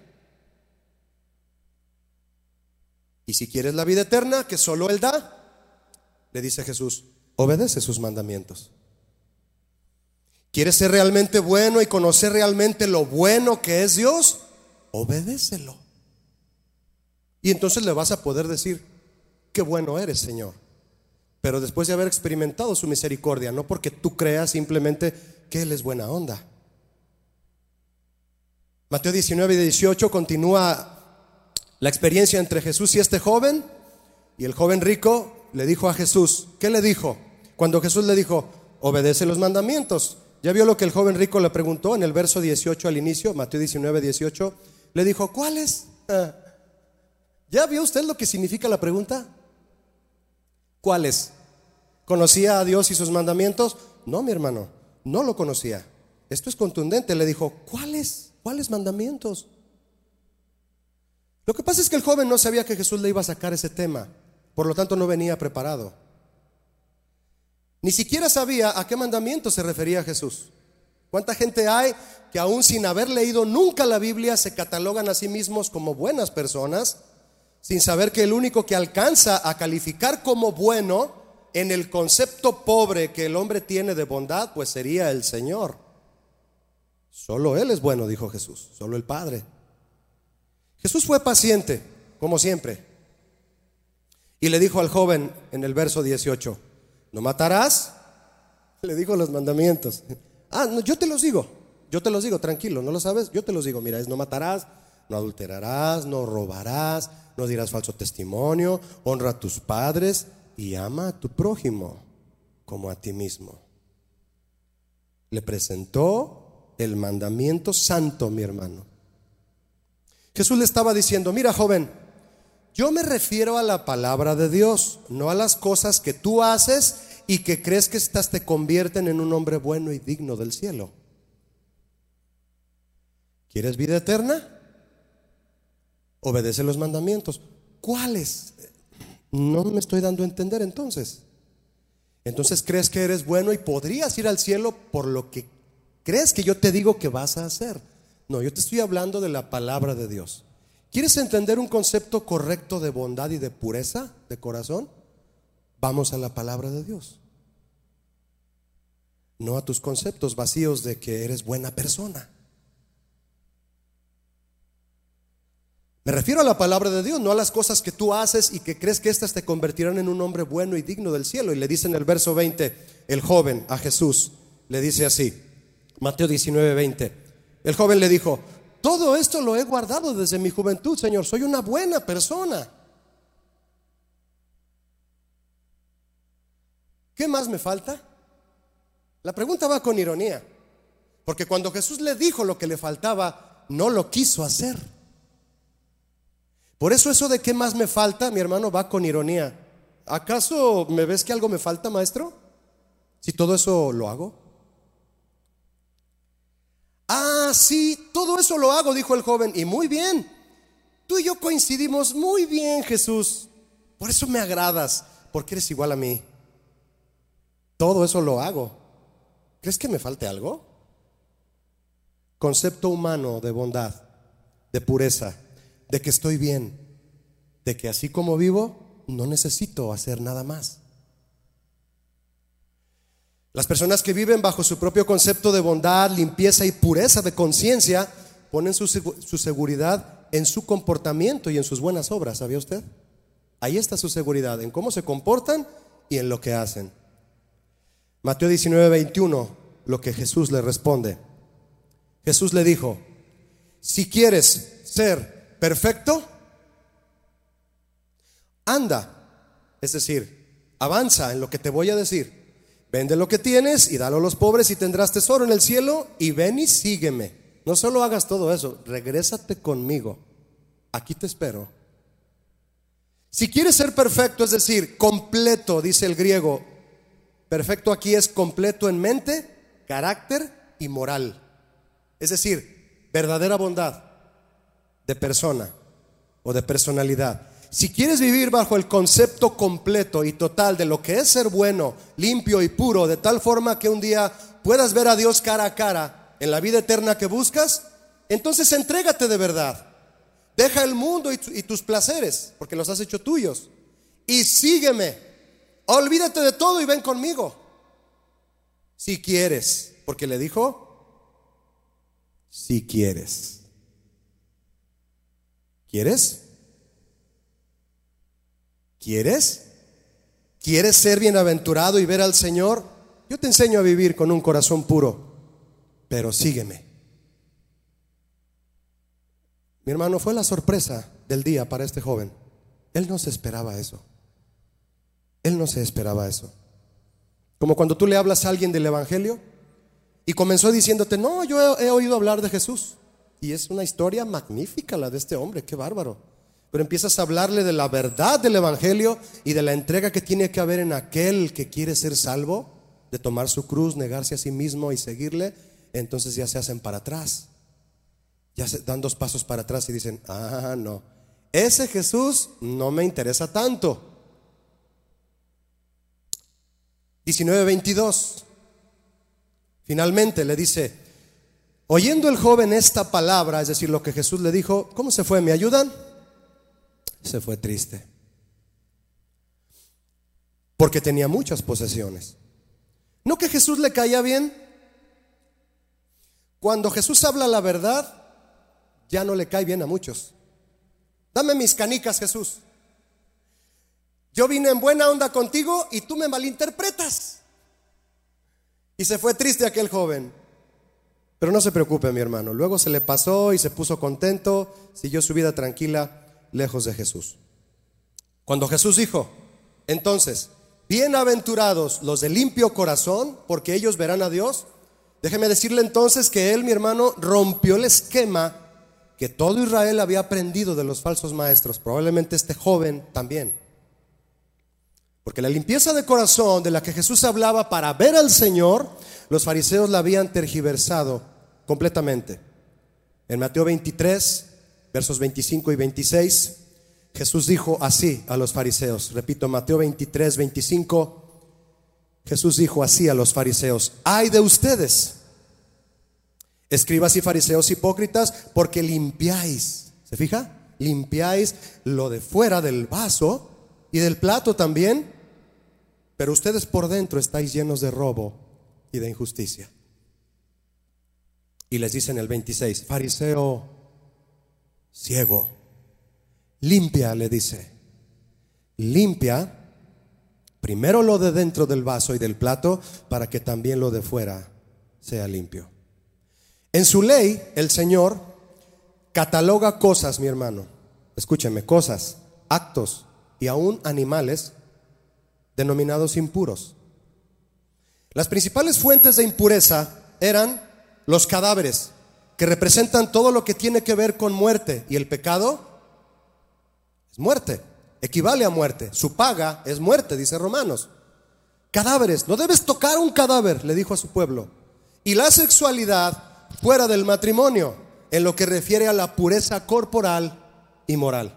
Speaker 1: Y si quieres la vida eterna que solo Él da, le dice Jesús, obedece sus mandamientos. ¿Quieres ser realmente bueno y conocer realmente lo bueno que es Dios? Obedécelo. Y entonces le vas a poder decir, qué bueno eres, Señor. Pero después de haber experimentado su misericordia, no porque tú creas simplemente que Él es buena onda. Mateo diecinueve y dieciocho continúa la experiencia entre Jesús y este joven. Y el joven rico le dijo a Jesús, ¿qué le dijo? Cuando Jesús le dijo, obedece los mandamientos. ¿Ya vio lo que el joven rico le preguntó en el verso dieciocho al inicio? Mateo diecinueve, dieciocho. Le dijo, ¿cuáles? Ah. ¿Ya vio usted lo que significa la pregunta? ¿Cuáles? ¿Conocía a Dios y sus mandamientos? No, mi hermano, no lo conocía. Esto es contundente. Le dijo, ¿cuáles? ¿Cuáles mandamientos? Lo que pasa es que el joven no sabía que Jesús le iba a sacar ese tema, por lo tanto no venía preparado. Ni siquiera sabía a qué mandamiento se refería Jesús. ¿Cuánta gente hay que aún sin haber leído nunca la Biblia se catalogan a sí mismos como buenas personas, sin saber que el único que alcanza a calificar como bueno en el concepto pobre que el hombre tiene de bondad, pues sería el Señor? Solo Él es bueno, dijo Jesús, solo el Padre. Jesús fue paciente, como siempre, y le dijo al joven en el verso dieciocho, ¿no matarás? Le dijo los mandamientos. Ah, no, yo te los digo, yo te los digo, tranquilo, ¿no lo sabes? Yo te los digo, mira, es no matarás, no adulterarás, no robarás, no dirás falso testimonio, honra a tus padres y ama a tu prójimo como a ti mismo. Le presentó el mandamiento santo, mi hermano. Jesús le estaba diciendo, mira, joven, yo me refiero a la palabra de Dios, no a las cosas que tú haces y que crees que estas te convierten en un hombre bueno y digno del cielo. ¿Quieres vida eterna? Obedece los mandamientos. ¿Cuáles? No me estoy dando a entender entonces. Entonces crees que eres bueno y podrías ir al cielo por lo que crees que yo te digo que vas a hacer. No, yo te estoy hablando de la palabra de Dios. ¿Quieres entender un concepto correcto de bondad y de pureza de corazón? Vamos a la palabra de Dios, no a tus conceptos vacíos de que eres buena persona. Me refiero a la palabra de Dios, no a las cosas que tú haces y que crees que éstas te convertirán en un hombre bueno y digno del cielo. Y le dice en el verso veinte, el joven a Jesús, le dice así, Mateo diecinueve, veinte. El joven le dijo, todo esto lo he guardado desde mi juventud, Señor, soy una buena persona. ¿Qué más me falta? La pregunta va con ironía, porque cuando Jesús le dijo lo que le faltaba, no lo quiso hacer. Por eso eso de qué más me falta, mi hermano, va con ironía. ¿Acaso me ves que algo me falta, maestro? Si todo eso lo hago. Ah, sí, todo eso lo hago, dijo el joven, y muy bien. Tú y yo coincidimos muy bien, Jesús. Por eso me agradas, porque eres igual a mí. Todo eso lo hago. ¿Crees que me falte algo? Concepto humano de bondad, de pureza, de que estoy bien, de que así como vivo, no necesito hacer nada más. Las personas que viven bajo su propio concepto de bondad, limpieza y pureza de conciencia ponen su, su seguridad en su comportamiento y en sus buenas obras. ¿Sabía usted? Ahí está su seguridad, en cómo se comportan y en lo que hacen. Mateo diecinueve, veintiuno, lo que Jesús le responde. Jesús le dijo, si quieres ser perfecto, anda, es decir, avanza en lo que te voy a decir. Vende lo que tienes y dalo a los pobres y tendrás tesoro en el cielo, y ven y sígueme. No solo hagas todo eso, regrésate conmigo. Aquí te espero. Si quieres ser perfecto, es decir, completo, dice el griego. Perfecto aquí es completo en mente, carácter y moral. Es decir, verdadera bondad de persona o de personalidad. Si quieres vivir bajo el concepto completo y total de lo que es ser bueno, limpio y puro, de tal forma que un día puedas ver a Dios cara a cara en la vida eterna que buscas, entonces entrégate de verdad. Deja el mundo y, tu, y tus placeres, porque los has hecho tuyos, y sígueme. Olvídate de todo y ven conmigo. Si quieres, porque le dijo, si quieres. ¿Quieres? ¿Quieres? ¿Quieres ser bienaventurado y ver al Señor? Yo te enseño a vivir con un corazón puro, pero sígueme. Mi hermano, fue la sorpresa del día para este joven. Él no se esperaba eso. Él no se esperaba eso. Como cuando tú le hablas a alguien del evangelio y comenzó diciéndote, no, yo he, he oído hablar de Jesús. Y es una historia magnífica la de este hombre, qué bárbaro. Pero empiezas a hablarle de la verdad del evangelio y de la entrega que tiene que haber en aquel que quiere ser salvo, de tomar su cruz, negarse a sí mismo y seguirle. Entonces ya se hacen para atrás, ya se dan dos pasos para atrás y dicen, ah, no, ese Jesús no me interesa tanto. diecinueve veintidós. Finalmente le dice, oyendo el joven esta palabra, es decir, lo que Jesús le dijo, ¿cómo se fue? ¿Me ayudan? Se fue triste, porque tenía muchas posesiones. ¿No que Jesús le caía bien? Cuando Jesús habla la verdad, ya no le cae bien a muchos. Dame mis canicas, Jesús. Yo vine en buena onda contigo y tú me malinterpretas. Y se fue triste aquel joven. Pero no se preocupe, mi hermano. Luego se le pasó y se puso contento, siguió su vida tranquila, lejos de Jesús. Cuando Jesús dijo, entonces, bienaventurados los de limpio corazón, porque ellos verán a Dios. Déjeme decirle entonces que él, mi hermano, rompió el esquema que todo Israel había aprendido de los falsos maestros. Probablemente este joven también. Porque la limpieza de corazón de la que Jesús hablaba para ver al Señor, los fariseos la habían tergiversado completamente. En Mateo veintitrés, versos veinticinco y veintiséis, Jesús dijo así a los fariseos. Repito, Mateo veintitrés, veinticinco. Jesús dijo así a los fariseos: ay de ustedes, escribas y fariseos hipócritas, porque limpiáis, ¿se fija? Limpiáis lo de fuera del vaso y del plato también, pero ustedes por dentro estáis llenos de robo y de injusticia. Y les dice en el veintiséis: fariseo ciego, limpia, le dice, limpia primero lo de dentro del vaso y del plato, para que también lo de fuera sea limpio. En su ley, el Señor cataloga cosas, mi hermano, escúcheme, cosas, actos y aún animales denominados impuros. Las principales fuentes de impureza eran los cadáveres, que representan todo lo que tiene que ver con muerte, y el pecado es muerte, equivale a muerte, su paga es muerte, dice Romanos. Cadáveres, no debes tocar un cadáver, le dijo a su pueblo. Y la sexualidad fuera del matrimonio, en lo que refiere a la pureza corporal y moral.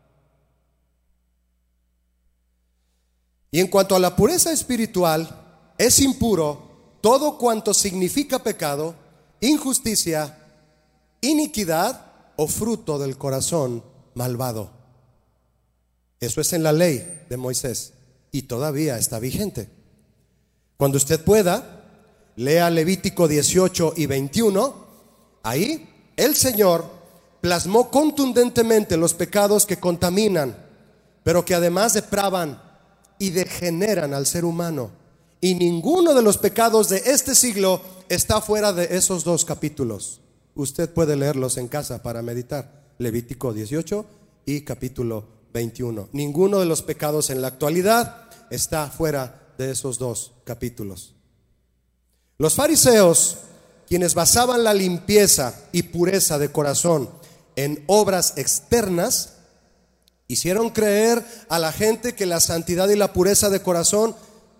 Speaker 1: Y en cuanto a la pureza espiritual, es impuro todo cuanto significa pecado, injusticia, iniquidad o fruto del corazón malvado. Eso es en la ley de Moisés y todavía está vigente. Cuando usted pueda, lea Levítico dieciocho y veintiuno. Ahí el Señor plasmó contundentemente los pecados que contaminan, pero que además depravan y degeneran al ser humano. Y ninguno de los pecados de este siglo está fuera de esos dos capítulos. Usted puede leerlos en casa para meditar. Levítico dieciocho y capítulo veintiuno. Ninguno de los pecados en la actualidad está fuera de esos dos capítulos. Los fariseos, quienes basaban la limpieza y pureza de corazón en obras externas, hicieron creer a la gente que la santidad y la pureza de corazón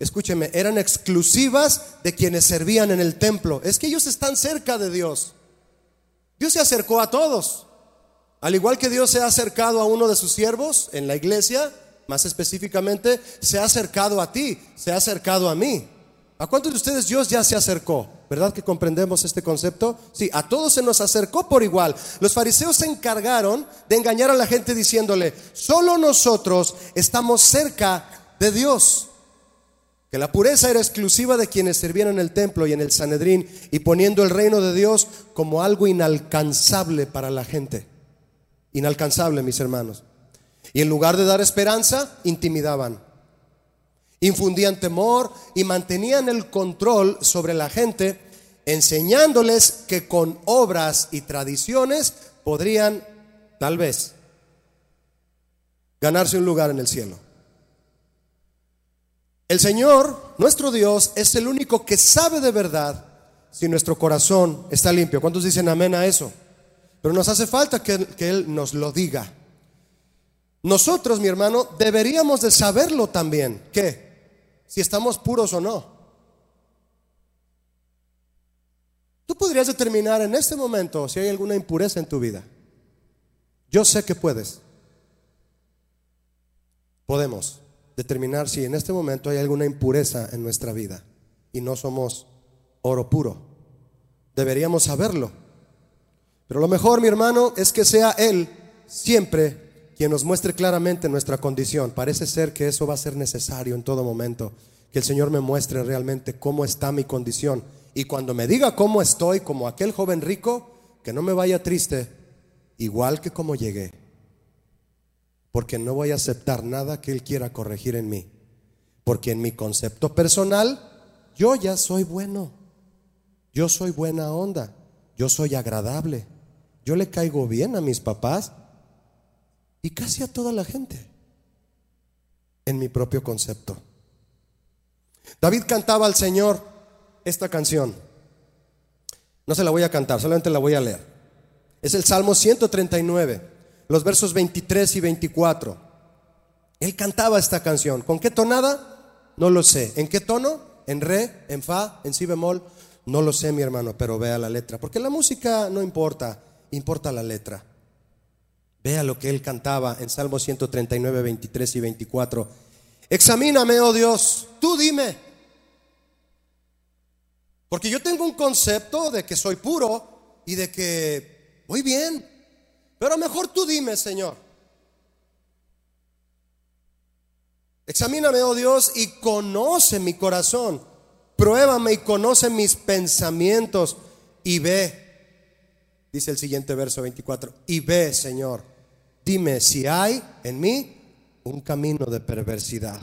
Speaker 1: escúcheme, eran exclusivas de quienes servían en el templo. Es que ellos están cerca de Dios. Dios se acercó a todos. Al igual que Dios se ha acercado a uno de sus siervos en la iglesia, más específicamente, se ha acercado a ti, se ha acercado a mí. ¿A cuántos de ustedes Dios ya se acercó? ¿Verdad que comprendemos este concepto? Sí, a todos se nos acercó por igual. Los fariseos se encargaron de engañar a la gente diciéndole: solo nosotros estamos cerca de Dios. Que la pureza era exclusiva de quienes servían en el templo y en el Sanedrín, y poniendo el reino de Dios como algo inalcanzable para la gente. Inalcanzable, mis hermanos. Y en lugar de dar esperanza, intimidaban, infundían temor y mantenían el control sobre la gente, enseñándoles que con obras y tradiciones podrían, tal vez, ganarse un lugar en el cielo. El Señor, nuestro Dios, es el único que sabe de verdad si nuestro corazón está limpio. ¿Cuántos dicen amén a eso? Pero nos hace falta que, que Él nos lo diga. Nosotros, mi hermano, deberíamos de saberlo también. ¿Qué? Si estamos puros o no. Tú podrías determinar en este momento si hay alguna impureza en tu vida. Yo sé que puedes. Podemos determinar si en este momento hay alguna impureza en nuestra vida y no somos oro puro. Deberíamos saberlo. Pero lo mejor, mi hermano, es que sea Él siempre quien nos muestre claramente nuestra condición. Parece ser que eso va a ser necesario en todo momento, que el Señor me muestre realmente cómo está mi condición. Y cuando me diga cómo estoy, como aquel joven rico, que no me vaya triste, igual que como llegué. Porque no voy a aceptar nada que Él quiera corregir en mí. Porque en mi concepto personal, yo ya soy bueno. Yo soy buena onda. Yo soy agradable. Yo le caigo bien a mis papás y casi a toda la gente. En mi propio concepto. David cantaba al Señor esta canción. No se la voy a cantar, solamente la voy a leer. Es el Salmo ciento treinta y nueve. Los versos veintitrés y veinticuatro. Él cantaba esta canción. ¿Con qué tonada? No lo sé. ¿En qué tono? ¿En re? ¿En fa? ¿En si bemol? No lo sé, mi hermano, pero vea la letra. Porque la música no importa, importa la letra. Vea lo que él cantaba en Salmo ciento treinta y nueve, veintitrés y veinticuatro. Examíname, oh Dios, tú dime. Porque yo tengo un concepto de que soy puro y de que voy bien. Pero mejor tú dime, Señor. Examíname, oh Dios, y conoce mi corazón. Pruébame y conoce mis pensamientos y ve, dice el siguiente verso veinticuatro, y ve, Señor, dime si hay en mí un camino de perversidad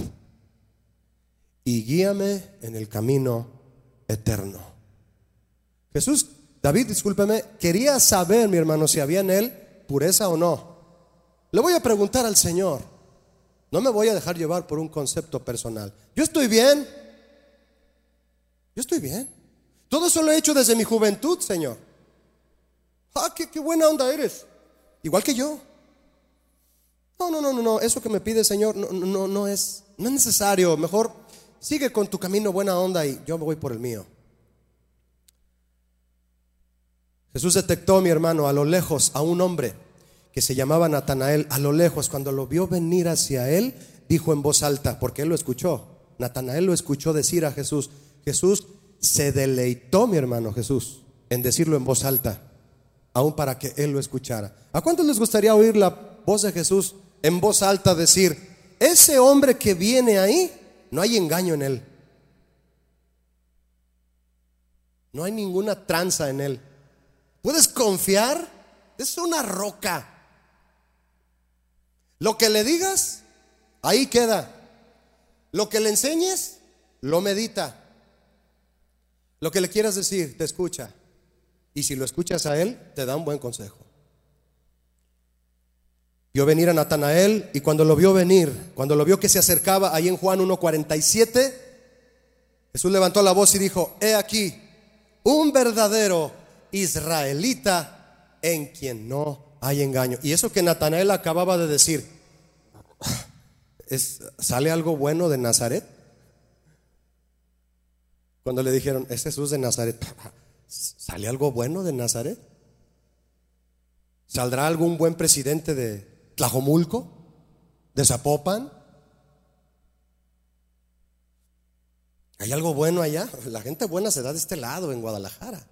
Speaker 1: y guíame en el camino eterno. Jesús, David, discúlpeme, quería saber, mi hermano, si había en él pureza o no. Le voy a preguntar al Señor. No me voy a dejar llevar por un concepto personal. Yo estoy bien. Yo estoy bien. Todo eso lo he hecho desde mi juventud, Señor. Ah, qué, qué buena onda eres. Igual que yo. No, no, no, no, no. Eso que me pide, Señor, no, no, no es, no es necesario. Mejor sigue con tu camino buena onda y yo me voy por el mío. Jesús detectó, mi hermano, a lo lejos a un hombre que se llamaba Natanael. A lo lejos, cuando lo vio venir hacia él, dijo en voz alta, porque él lo escuchó. Natanael lo escuchó decir a Jesús. Jesús se deleitó, mi hermano Jesús, en decirlo en voz alta, aún para que él lo escuchara. ¿A cuántos les gustaría oír la voz de Jesús en voz alta decir: ese hombre que viene ahí, no hay engaño en él, no hay ninguna tranza en él, puedes confiar, es una roca, lo que le digas, ahí queda, lo que le enseñes, lo medita, lo que le quieras decir, te escucha. Y si lo escuchas a él, te da un buen consejo. Vio venir a Natanael, y cuando lo vio venir, cuando lo vio que se acercaba, ahí en Juan uno cuarenta y siete, Jesús levantó la voz y dijo: he aquí un verdadero israelita en quien no hay engaño. Y eso que Natanael acababa de decir, ¿es, ¿sale algo bueno de Nazaret? Cuando le dijeron, es Jesús de Nazaret. ¿Sale algo bueno de Nazaret? ¿Saldrá algún buen presidente de Tlajomulco? ¿De Zapopan? ¿Hay algo bueno allá? La gente buena se da de este lado, en Guadalajara.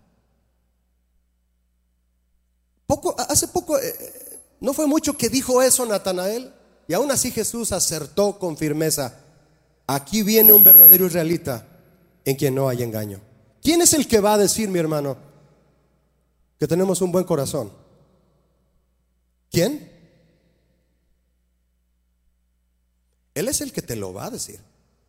Speaker 1: Poco, hace poco, eh, no fue mucho que dijo eso Natanael, y aún así Jesús acertó con firmeza. Aquí viene un verdadero israelita en quien no hay engaño. ¿Quién es el que va a decir, mi hermano, que tenemos un buen corazón? ¿Quién? Él es el que te lo va a decir.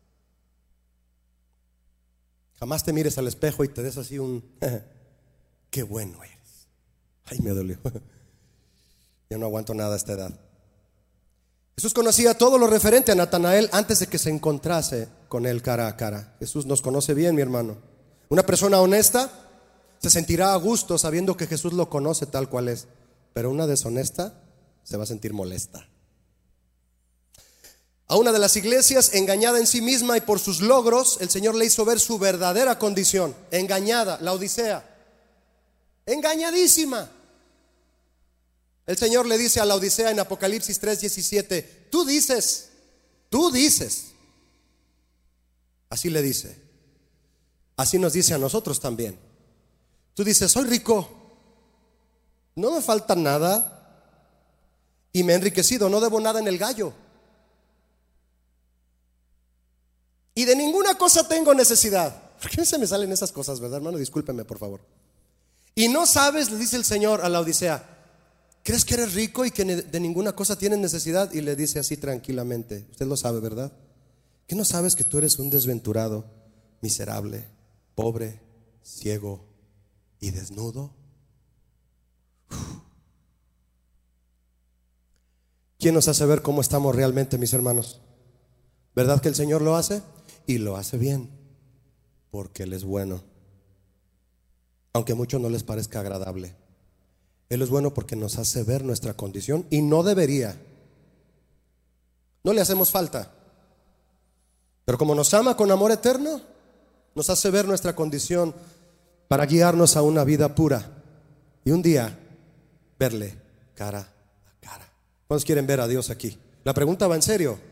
Speaker 1: Jamás te mires al espejo y te des así un qué bueno eres. Ay, me dolió. Ya no aguanto nada a esta edad. Jesús conocía todo lo referente a Natanael antes de que se encontrase con él cara a cara. Jesús nos conoce bien, mi hermano. Una persona honesta se sentirá a gusto sabiendo que Jesús lo conoce tal cual es, pero una deshonesta se va a sentir molesta. A una de las iglesias, engañada en sí misma y por sus logros, el Señor le hizo ver su verdadera condición. Engañada, la Odisea, engañadísima. El Señor le dice a la Odisea en Apocalipsis tres diecisiete, tú dices, tú dices. Así le dice. Así nos dice a nosotros también. Tú dices, soy rico, no me falta nada y me he enriquecido, no debo nada en el gallo. Y de ninguna cosa tengo necesidad. ¿Por qué se me salen esas cosas, verdad, hermano? Discúlpeme, por favor. Y no sabes, le dice el Señor a la Odisea, ¿crees que eres rico y que de ninguna cosa tienes necesidad? Y le dice así tranquilamente, usted lo sabe, ¿verdad? ¿Qué no sabes que tú eres un desventurado, miserable, pobre, ciego y desnudo? Uf. ¿Quién nos hace ver cómo estamos realmente, mis hermanos? ¿Verdad que el Señor lo hace? Y lo hace bien, porque Él es bueno, aunque a muchos no les parezca agradable. Él es bueno porque nos hace ver nuestra condición y no debería. No le hacemos falta, pero como nos ama con amor eterno, nos hace ver nuestra condición para guiarnos a una vida pura y un día verle cara a cara. ¿Cuántos quieren ver a Dios aquí? La pregunta va en serio.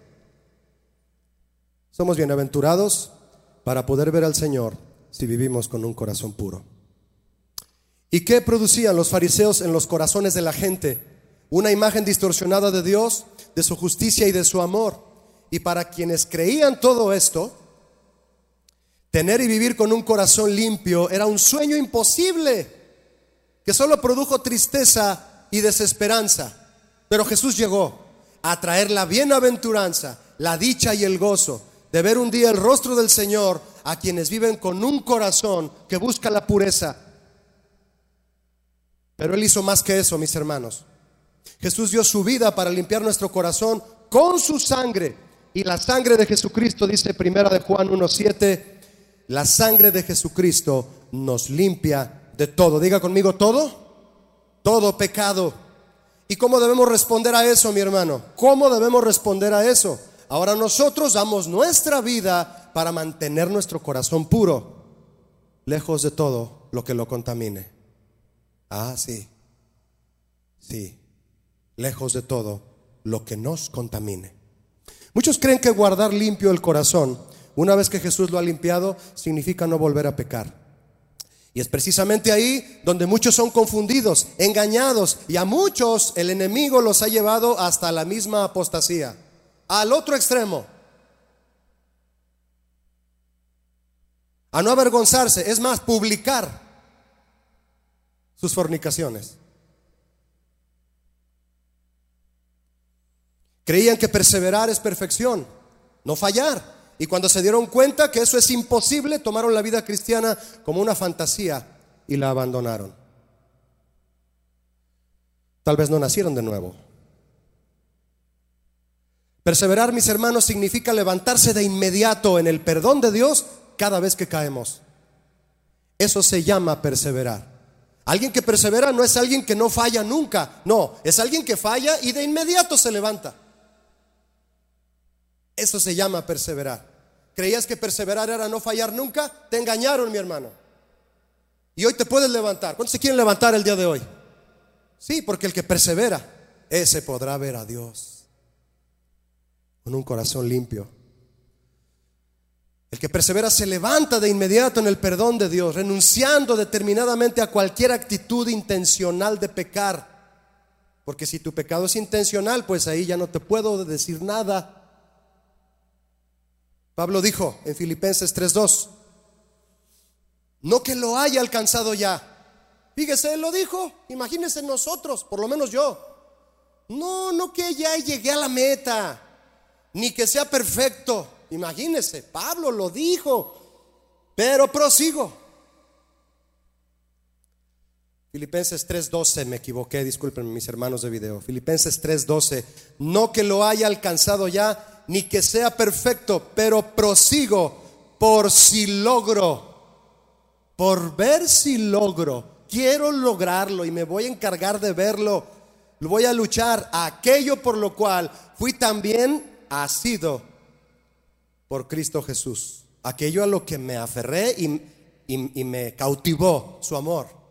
Speaker 1: Somos bienaventurados para poder ver al Señor si vivimos con un corazón puro. ¿Y qué producían los fariseos en los corazones de la gente? Una imagen distorsionada de Dios, de su justicia y de su amor. Y para quienes creían todo esto, tener y vivir con un corazón limpio era un sueño imposible, que solo produjo tristeza y desesperanza. Pero Jesús llegó a traer la bienaventuranza, la dicha y el gozo de ver un día el rostro del Señor a quienes viven con un corazón que busca la pureza. Pero Él hizo más que eso, mis hermanos. Jesús dio su vida para limpiar nuestro corazón con su sangre. Y la sangre de Jesucristo, dice primera de Juan uno siete, la sangre de Jesucristo nos limpia de todo. Diga conmigo, todo, todo pecado. ¿Y cómo debemos responder a eso, mi hermano? ¿Cómo debemos responder a eso? Ahora nosotros damos nuestra vida para mantener nuestro corazón puro, lejos de todo lo que lo contamine. Ah, sí, sí, lejos de todo lo que nos contamine. Muchos creen que guardar limpio el corazón, una vez que Jesús lo ha limpiado, significa no volver a pecar. Y es precisamente ahí donde muchos son confundidos, engañados, y a muchos el enemigo los ha llevado hasta la misma apostasía, al otro extremo, a no avergonzarse, es más, publicar sus fornicaciones. Creían que perseverar es perfección, no fallar. Y cuando se dieron cuenta que eso es imposible, tomaron la vida cristiana como una fantasía y la abandonaron. Tal vez no nacieron de nuevo. Perseverar, mis hermanos, significa levantarse de inmediato en el perdón de Dios cada vez que caemos. Eso se llama perseverar. Alguien que persevera no es alguien que no falla nunca. No, es alguien que falla y de inmediato se levanta. Eso se llama perseverar. ¿Creías que perseverar era no fallar nunca? Te engañaron, mi hermano. Y hoy te puedes levantar. ¿Cuántos se quieren levantar el día de hoy? Sí, porque el que persevera, ese podrá ver a Dios con un corazón limpio. El que persevera se levanta de inmediato en el perdón de Dios, renunciando determinadamente a cualquier actitud intencional de pecar. Porque si tu pecado es intencional, pues ahí ya no te puedo decir nada. Pablo dijo en Filipenses tres dos, no que lo haya alcanzado ya. Fíjese, él lo dijo. Imagínense nosotros, por lo menos yo. No, no que ya llegué a la meta, ni que sea perfecto. Imagínense, Pablo lo dijo, pero prosigo. Filipenses tres doce, me equivoqué, discúlpenme mis hermanos de video. Filipenses tres doce, no que lo haya alcanzado ya, ni que sea perfecto, pero prosigo por si logro, por ver si logro. Quiero lograrlo y me voy a encargar de verlo. Lo voy a luchar a aquello por lo cual fui también asido por Cristo Jesús. Aquello a lo que me aferré y, y, y me cautivó su amor.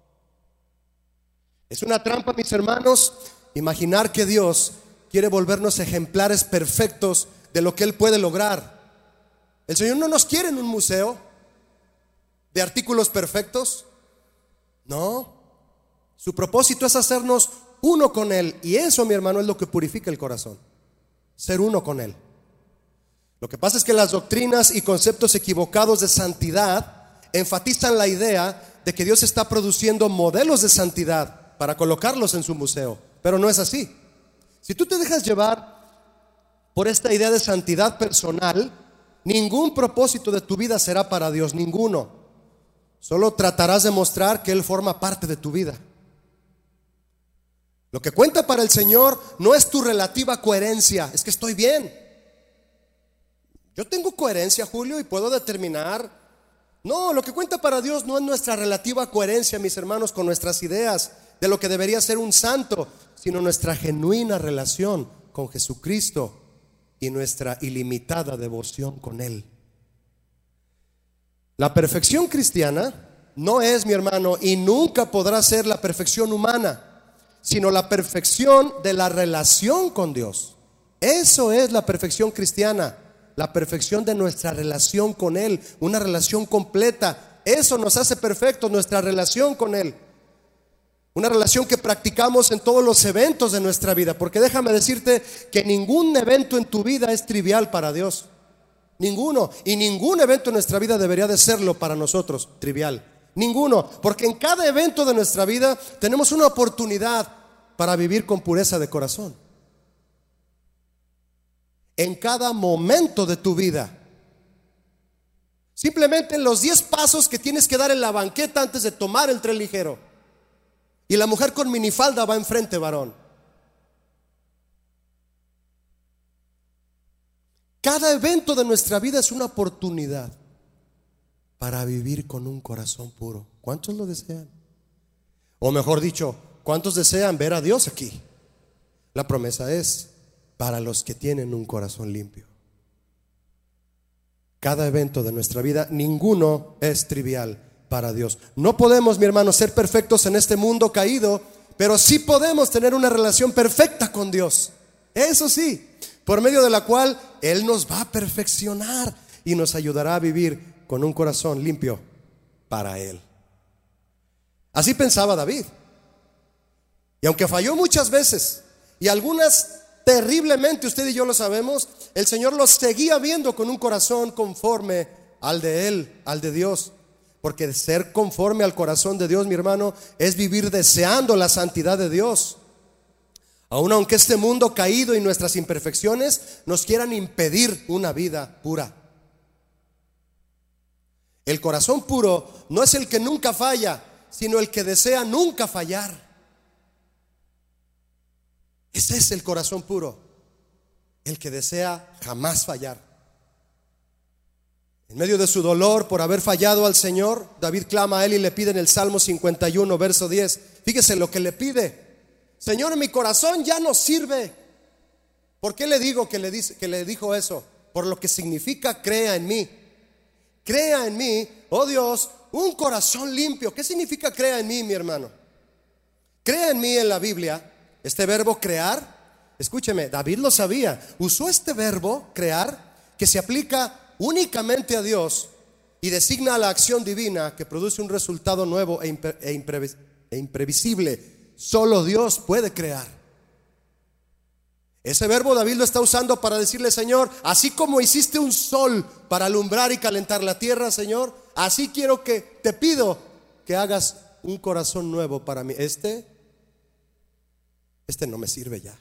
Speaker 1: Es una trampa, mis hermanos, imaginar que Dios quiere volvernos ejemplares perfectos de lo que Él puede lograr. El Señor no nos quiere en un museo de artículos perfectos. No, su propósito es hacernos uno con Él. Y eso, mi hermano, es lo que purifica el corazón. Ser uno con Él. Lo que pasa es que las doctrinas y conceptos equivocados de santidad enfatizan la idea de que Dios está produciendo modelos de santidad para colocarlos en su museo, pero no es así. Si tú te dejas llevar por esta idea de santidad personal, ningún propósito de tu vida será para Dios, ninguno. Solo tratarás de mostrar que Él forma parte de tu vida. Lo que cuenta para el Señor no es tu relativa coherencia, es que estoy bien. Yo tengo coherencia, Julio, y puedo determinar. No, lo que cuenta para Dios no es nuestra relativa coherencia, mis hermanos, con nuestras ideas de lo que debería ser un santo, sino nuestra genuina relación con Jesucristo y nuestra ilimitada devoción con Él. La perfección cristiana no es, mi hermano, y nunca podrá ser la perfección humana, sino la perfección de la relación con Dios. Eso es la perfección cristiana, la perfección de nuestra relación con Él, una relación completa. Eso nos hace perfectos, nuestra relación con Él. Una relación que practicamos en todos los eventos de nuestra vida. Porque déjame decirte que ningún evento en tu vida es trivial para Dios. Ninguno. Y ningún evento en nuestra vida debería de serlo para nosotros trivial. Ninguno. Porque en cada evento de nuestra vida tenemos una oportunidad para vivir con pureza de corazón. En cada momento de tu vida. Simplemente en los diez pasos que tienes que dar en la banqueta antes de tomar el tren ligero. Y la mujer con minifalda va enfrente, varón. Cada evento de nuestra vida es una oportunidad para vivir con un corazón puro. ¿Cuántos lo desean? O mejor dicho, ¿cuántos desean ver a Dios aquí? La promesa es para los que tienen un corazón limpio. Cada evento de nuestra vida, ninguno es trivial para Dios. No podemos, mi hermano, ser perfectos en este mundo caído, pero sí podemos tener una relación perfecta con Dios. Eso sí, por medio de la cual Él nos va a perfeccionar y nos ayudará a vivir con un corazón limpio para Él. Así pensaba David. Y aunque falló muchas veces, y algunas terriblemente, usted y yo lo sabemos, el Señor los seguía viendo con un corazón conforme al de Él, al de Dios. Porque ser conforme al corazón de Dios, mi hermano, es vivir deseando la santidad de Dios. Aun aunque este mundo caído y nuestras imperfecciones nos quieran impedir una vida pura. El corazón puro no es el que nunca falla, sino el que desea nunca fallar. Ese es el corazón puro, el que desea jamás fallar. En medio de su dolor por haber fallado al Señor, David clama a Él y le pide en el Salmo cincuenta y uno, verso diez. Fíjese lo que le pide: Señor, mi corazón ya no sirve. ¿Por qué le digo que le, dice, que le dijo eso? por lo que significa crea en mí. Crea en mí, oh Dios, un corazón limpio. ¿Qué significa crea en mí, mi hermano? Crea en mí en la Biblia, este verbo crear, escúcheme, David lo sabía, usó este verbo crear que se aplica únicamente a Dios y designa la acción divina que produce un resultado nuevo e, impre, e, imprevis, e imprevisible. Solo Dios puede crear. Ese verbo David lo está usando para decirle: Señor, así como hiciste un sol para alumbrar y calentar la tierra, Señor, así quiero que te pido que hagas un corazón nuevo para mí. Este, este no me sirve ya.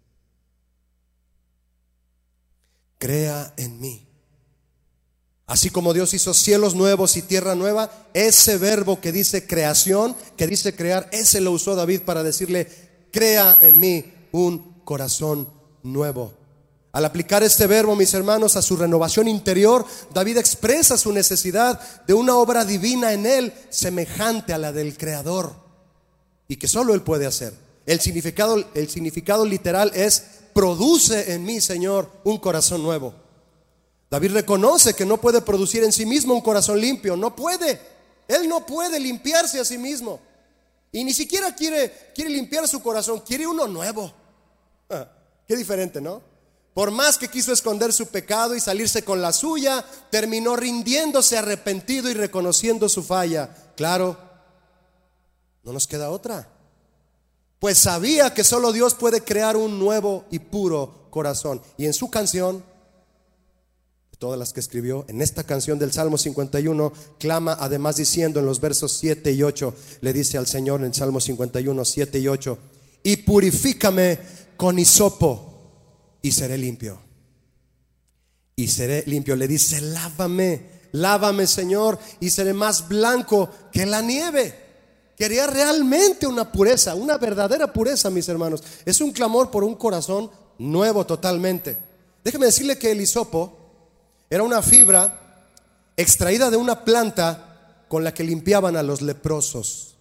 Speaker 1: Crea en mí. Así como Dios hizo cielos nuevos y tierra nueva, ese verbo que dice creación, que dice crear, ese lo usó David para decirle: crea en mí un corazón nuevo. Al aplicar este verbo, mis hermanos, a su renovación interior, David expresa su necesidad de una obra divina en él semejante a la del Creador y que solo él puede hacer. El significado, el significado literal es: produce en mí, Señor, un corazón nuevo. David reconoce que no puede producir en sí mismo un corazón limpio. No puede. Él no puede limpiarse a sí mismo. Y ni siquiera quiere, quiere limpiar su corazón. Quiere uno nuevo. Ah, qué diferente, ¿no? Por más que quiso esconder su pecado y salirse con la suya, terminó rindiéndose arrepentido y reconociendo su falla. Claro, no nos queda otra. Pues sabía que solo Dios puede crear un nuevo y puro corazón. Y en su canción, todas las que escribió, en esta canción del Salmo cincuenta y uno, clama además diciendo en los versos siete y ocho, le dice al Señor en el Salmo cincuenta y uno, siete y ocho: y purifícame con hisopo y seré limpio. Y seré limpio. Le dice: lávame, lávame, Señor, y seré más blanco que la nieve. Quería realmente una pureza, una verdadera pureza, mis hermanos. Es un clamor por un corazón nuevo totalmente. Déjeme decirle que el hisopo era una fibra extraída de una planta con la que limpiaban a los leprosos.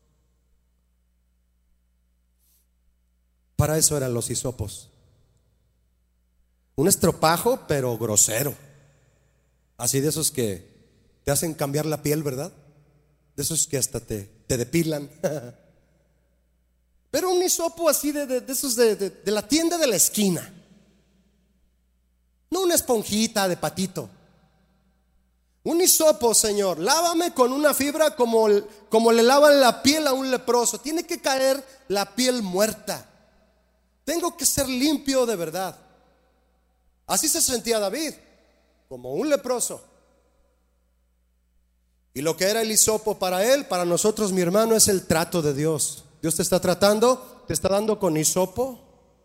Speaker 1: Para eso eran los hisopos. Un estropajo, pero grosero. Así de esos que te hacen cambiar la piel, ¿verdad? De esos que hasta te, te depilan. Pero un hisopo así de, de, de esos de, de, de la tienda de la esquina. No una esponjita de patito. Un hisopo, Señor, lávame con una fibra como, como le lavan la piel a un leproso. Tiene que caer la piel muerta. Tengo que ser limpio de verdad. Así se sentía David, como un leproso. Y lo que era el hisopo para él, para nosotros, mi hermano, es el trato de Dios. Dios te está tratando, te está dando con hisopo.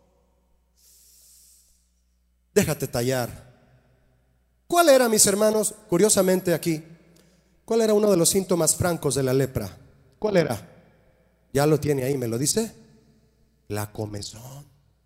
Speaker 1: Déjate tallar. ¿Cuál era, mis hermanos, curiosamente aquí, cuál era uno de los síntomas francos de la lepra? ¿Cuál era? Ya lo tiene ahí, ¿me lo dice? La comezón.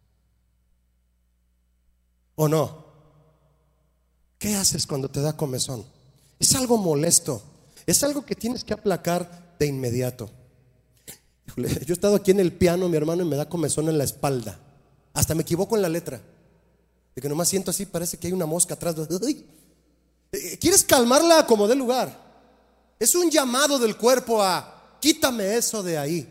Speaker 1: ¿O no? ¿Qué haces cuando te da comezón? Es algo molesto. Es algo que tienes que aplacar de inmediato. Híjole, yo he estado aquí en el piano, mi hermano, y me da comezón en la espalda. Hasta me equivoco en la letra. De que nomás siento así, parece que hay una mosca atrás. ¡Ay! ¿Quieres calmarla como dé lugar? Es un llamado del cuerpo a: quítame eso de ahí.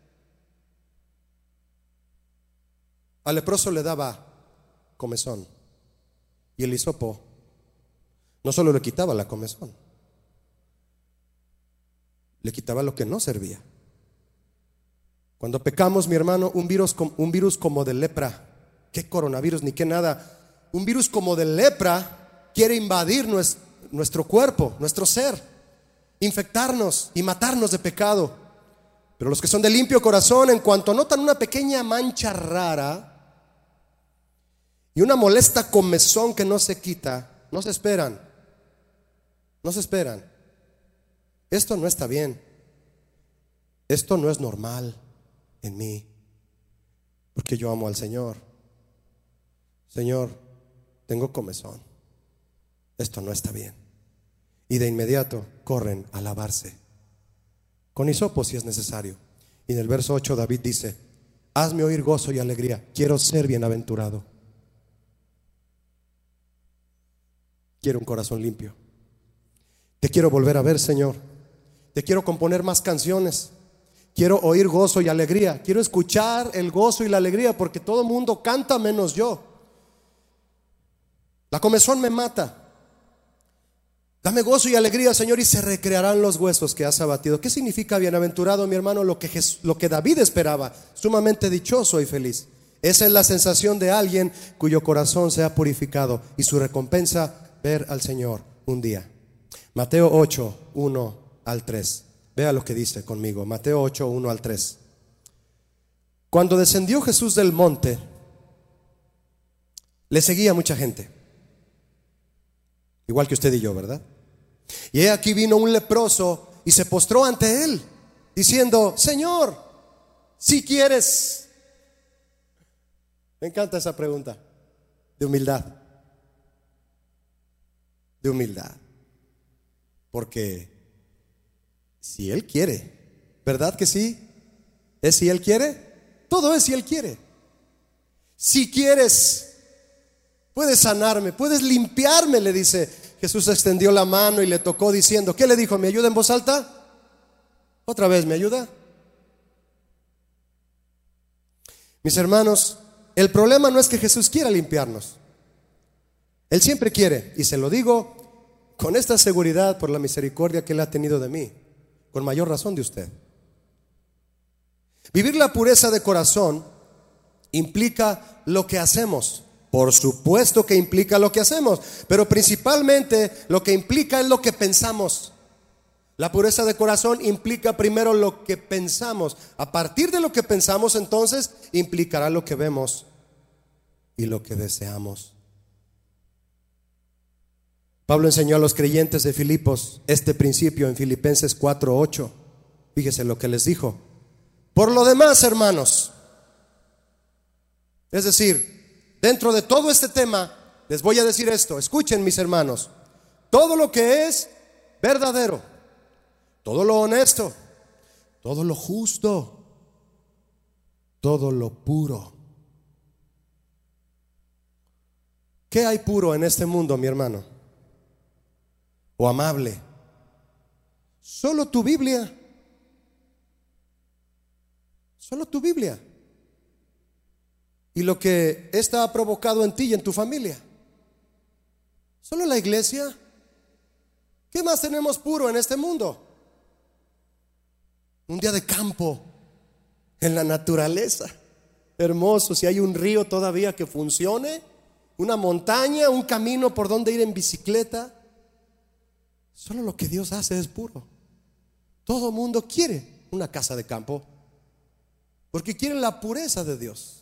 Speaker 1: Al leproso le daba comezón. Y el hisopo no solo le quitaba la comezón, le quitaba lo que no servía. Cuando pecamos, mi hermano, un virus, un virus como de lepra, qué coronavirus ni qué nada, un virus como de lepra quiere invadir nuestro cuerpo, nuestro ser, infectarnos y matarnos de pecado. Pero los que son de limpio corazón, en cuanto notan una pequeña mancha rara y una molesta comezón que no se quita, no se esperan, no se esperan. Esto no está bien. Esto no es normal en mí, porque yo amo al Señor. Señor, tengo comezón. Esto no está bien. Y de inmediato corren a lavarse con hisopo si es necesario. Y en el verso ocho David dice: hazme oír gozo y alegría, quiero ser bienaventurado. quiero un corazón limpio. Te quiero volver a ver, Señor. Te quiero componer más canciones. Quiero oír gozo y alegría. Quiero escuchar el gozo y la alegría, porque todo el mundo canta menos yo. La comezón me mata. Dame gozo y alegría, Señor, y se recrearán los huesos que has abatido. ¿Qué significa bienaventurado, mi hermano? Lo que, Jesús, lo que David esperaba, sumamente dichoso y feliz. Esa es la sensación de alguien cuyo corazón se ha purificado y su recompensa, ver al Señor un día. Mateo ocho, uno al tres. Vea lo que dice conmigo. Mateo ocho, uno al tres. Cuando descendió Jesús del monte, le seguía mucha gente, igual que usted y yo, ¿verdad? Y he aquí vino un leproso y se postró ante él, diciendo: Señor, si quieres. Me encanta esa pregunta de humildad. De humildad. Porque si Él quiere, ¿verdad que sí? ¿Es si Él quiere? Todo es si Él quiere. Si quieres, puedes sanarme, puedes limpiarme, le dice. Jesús extendió la mano y le tocó diciendo, ¿qué le dijo? ¿Me ayuda en voz alta? Otra vez, ¿me ayuda? Mis hermanos, el problema no es que Jesús quiera limpiarnos. Él siempre quiere, y se lo digo con esta seguridad por la misericordia que Él ha tenido de mí, con mayor razón de usted. Vivir la pureza de corazón implica lo que hacemos. Por supuesto que implica lo que hacemos, pero principalmente lo que implica es lo que pensamos. La pureza de corazón implica primero lo que pensamos. A partir de lo que pensamos, entonces, implicará lo que vemos y lo que deseamos. Pablo enseñó a los creyentes de Filipos este principio en Filipenses cuatro ocho. Fíjese lo que les dijo. Por lo demás, hermanos, es decir, dentro de todo este tema, les voy a decir esto. Escuchen, mis hermanos. Todo lo que es verdadero, todo lo honesto, todo lo justo, todo lo puro. ¿Qué hay puro en este mundo, mi hermano? O amable. Solo tu Biblia. Solo tu Biblia. Y lo que ésta ha provocado en ti y en tu familia. Solo la iglesia. ¿Qué más tenemos puro en este mundo? Un día de campo en la naturaleza, hermoso. Si hay un río todavía que funcione, una montaña, un camino por donde ir en bicicleta. Solo lo que Dios hace es puro. Todo mundo quiere una casa de campo porque quieren la pureza de Dios.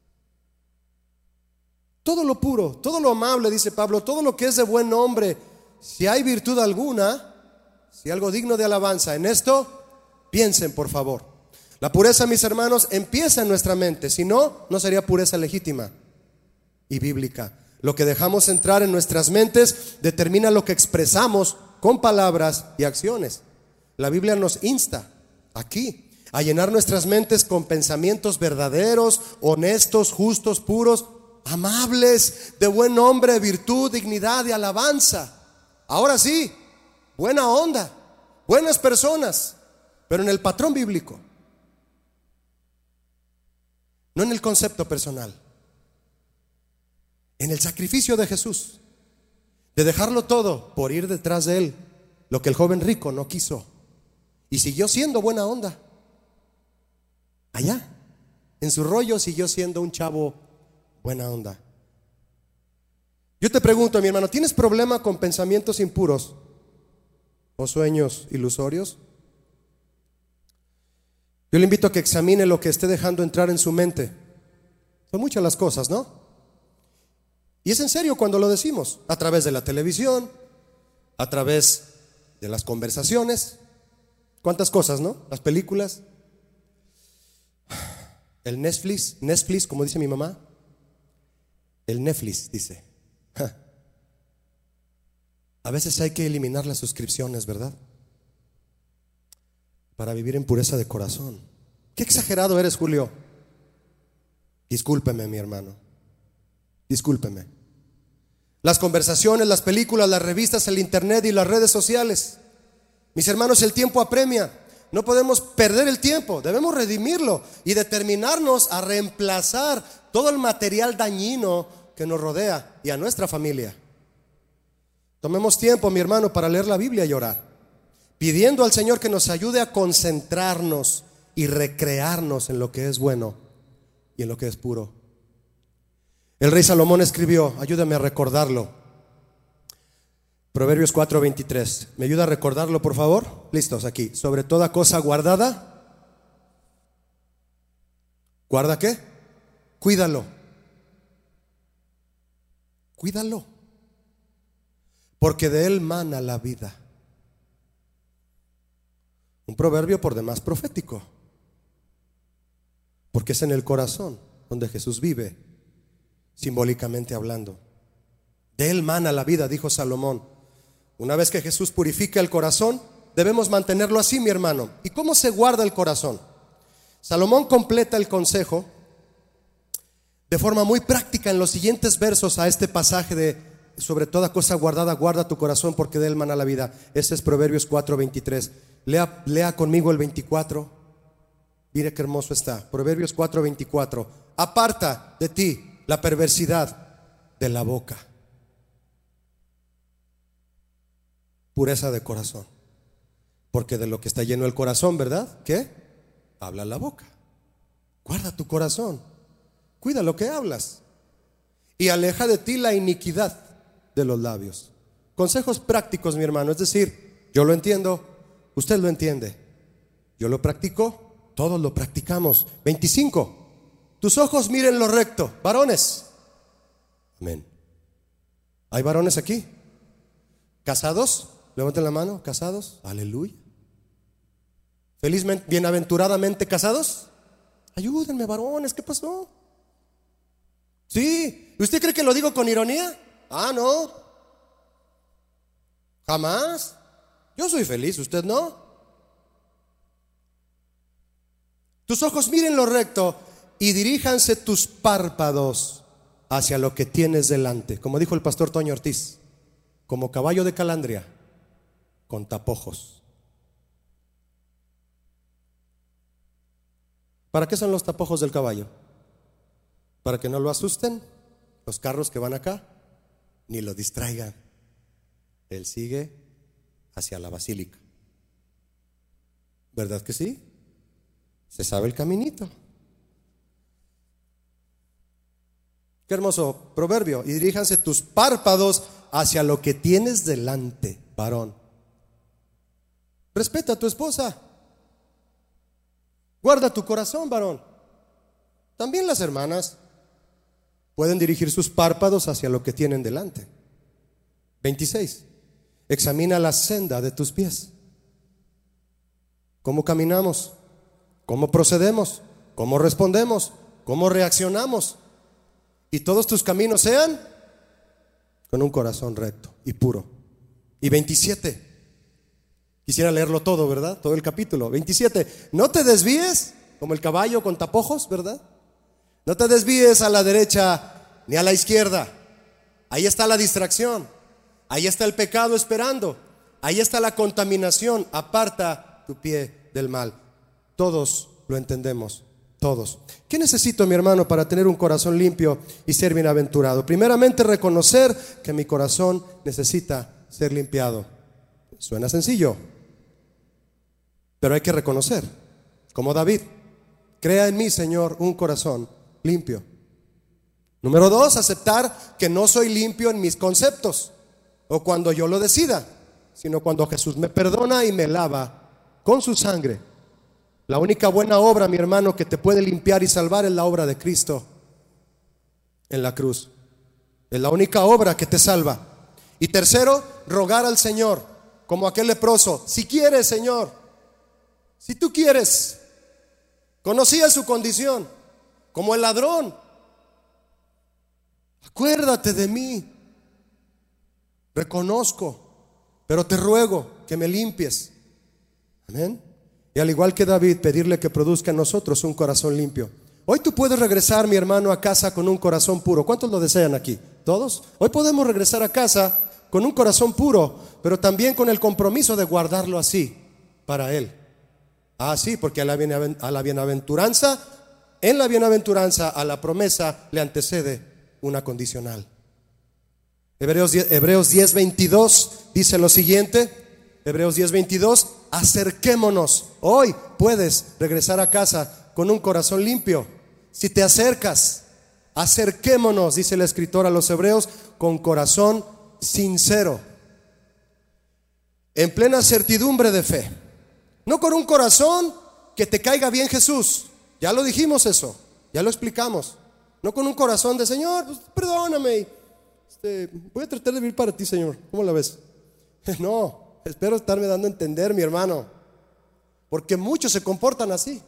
Speaker 1: Todo lo puro, todo lo amable, dice Pablo, todo lo que es de buen nombre, si hay virtud alguna, si algo digno de alabanza, en esto piensen, por favor. La pureza, mis hermanos, empieza en nuestra mente. Si no, no sería pureza legítima y bíblica. Lo que dejamos entrar en nuestras mentes determina lo que expresamos con palabras y acciones. La Biblia nos insta aquí a llenar nuestras mentes con pensamientos verdaderos, honestos, justos, puros, amables, de buen nombre, virtud, dignidad y alabanza. Ahora sí, buena onda, buenas personas, pero en el patrón bíblico, no en el concepto personal, en el sacrificio de Jesús, de dejarlo todo por ir detrás de Él, lo que el joven rico no quiso y siguió siendo buena onda. Allá, en su rollo, siguió siendo un chavo buena onda. Yo te pregunto, mi hermano, ¿tienes problema con pensamientos impuros o sueños ilusorios? Yo le invito a que examine lo que esté dejando entrar en su mente. Son muchas las cosas, ¿no? Y es en serio cuando lo decimos, a través de la televisión, a través de las conversaciones. ¿Cuántas cosas, no? Las películas, el Netflix, Netflix, como dice mi mamá. El Netflix, dice. Ja. A veces hay que eliminar las suscripciones, ¿verdad? Para vivir en pureza de corazón. Qué exagerado eres, Julio. Discúlpeme, mi hermano. Discúlpeme. las conversaciones, las películas, las revistas, el internet y las redes sociales. Mis hermanos, el tiempo apremia. No podemos perder el tiempo, debemos redimirlo y determinarnos a reemplazar todo el material dañino que nos rodea y a nuestra familia. Tomemos tiempo, mi hermano, para leer la Biblia y orar, pidiendo al Señor que nos ayude a concentrarnos y recrearnos en lo que es bueno y en lo que es puro. El rey Salomón escribió, ayúdame a recordarlo, Proverbios cuatro veintitrés. ¿Me ayuda a recordarlo, por favor? Listos, aquí. Sobre toda cosa guardada, ¿guarda qué? Cuídalo. Cuídalo. Porque de él mana la vida. Un proverbio por demás profético, porque es en el corazón donde Jesús vive, simbólicamente hablando. De él mana la vida, dijo Salomón. Una vez que Jesús purifica el corazón, debemos mantenerlo así, mi hermano. ¿Y cómo se guarda el corazón? Salomón completa el consejo de forma muy práctica en los siguientes versos a este pasaje de sobre toda cosa guardada, guarda tu corazón porque de él mana la vida. Este es Proverbios cuatro veintitrés. Lea, lea conmigo el veinticuatro. Mire qué hermoso está. Proverbios cuatro veinticuatro. Aparta de ti la perversidad de la boca. Pureza de corazón. Porque de lo que está lleno el corazón, ¿verdad? ¿Qué? Habla la boca. Guarda tu corazón. Cuida lo que hablas. Y aleja de ti la iniquidad de los labios. Consejos prácticos, mi hermano. Es decir, yo lo entiendo, usted lo entiende, yo lo practico, todos lo practicamos. Veinticinco. Tus ojos miren lo recto. Varones. Amén. ¿Hay varones aquí? ¿Casados? Levanten la mano. ¿Casados? Aleluya. Felizmente, bienaventuradamente casados. Ayúdenme, varones, ¿qué pasó? Sí. ¿Usted cree que lo digo con ironía? Ah, no. Jamás. Yo soy feliz, usted no. Tus ojos miren lo recto y diríjanse tus párpados hacia lo que tienes delante. Como dijo el pastor Toño Ortiz, como caballo de calandria, con tapojos. ¿Para qué son los tapojos del caballo? Para que no lo asusten los carros que van acá, ni lo distraigan. Él sigue hacia la basílica. ¿Verdad que sí? Se sabe el caminito. Qué hermoso proverbio. Y diríjanse tus párpados hacia lo que tienes delante, varón. Respeta a tu esposa. Guarda tu corazón, varón. También las hermanas pueden dirigir sus párpados hacia lo que tienen delante. veintiséis. Examina la senda de tus pies. ¿Cómo caminamos? ¿Cómo procedemos? ¿Cómo respondemos? ¿Cómo reaccionamos? Y todos tus caminos sean con un corazón recto y puro. Y veintisiete. Quisiera leerlo todo, ¿verdad? Todo el capítulo. veintisiete. No te desvíes como el caballo con tapojos, ¿verdad? No te desvíes a la derecha ni a la izquierda. Ahí está la distracción. Ahí está el pecado esperando. Ahí está la contaminación. Aparta tu pie del mal. Todos lo entendemos. Todos. ¿Qué necesito, mi hermano, para tener un corazón limpio y ser bienaventurado? Primeramente, reconocer que mi corazón necesita ser limpiado. Suena sencillo, pero hay que reconocer, como David: crea en mí, Señor, un corazón limpio. Número dos, aceptar que no soy limpio en mis conceptos o cuando yo lo decida, sino cuando Jesús me perdona y me lava con su sangre. La única buena obra, mi hermano, que te puede limpiar y salvar es la obra de Cristo en la cruz. Es la única obra que te salva. Y tercero, rogar al Señor, como aquel leproso: si quieres, Señor, si tú quieres. Conocía su condición, como el ladrón. Acuérdate de mí. Reconozco, pero te ruego que me limpies. Amén. Y al igual que David, pedirle que produzca en nosotros un corazón limpio. Hoy tú puedes regresar, mi hermano, a casa con un corazón puro. ¿Cuántos lo desean aquí? ¿Todos? Hoy podemos regresar a casa con un corazón puro, pero también con el compromiso de guardarlo así para Él. Ah, sí, porque a la, a la bienaventuranza, en la bienaventuranza, a la promesa le antecede una condicional. Hebreos diez, Hebreos diez veintidós dice lo siguiente. Hebreos diez veintidós: acerquémonos. Hoy puedes regresar a casa con un corazón limpio. Si te acercas, acerquémonos, dice el escritor a los hebreos, con corazón sincero, en plena certidumbre de fe. No con un corazón que te caiga bien Jesús. Ya lo dijimos eso, ya lo explicamos. No con un corazón de Señor, pues, perdóname, este, voy a tratar de vivir para ti, Señor. ¿Cómo la ves? No, espero estarme dando a entender, mi hermano, porque muchos se comportan así.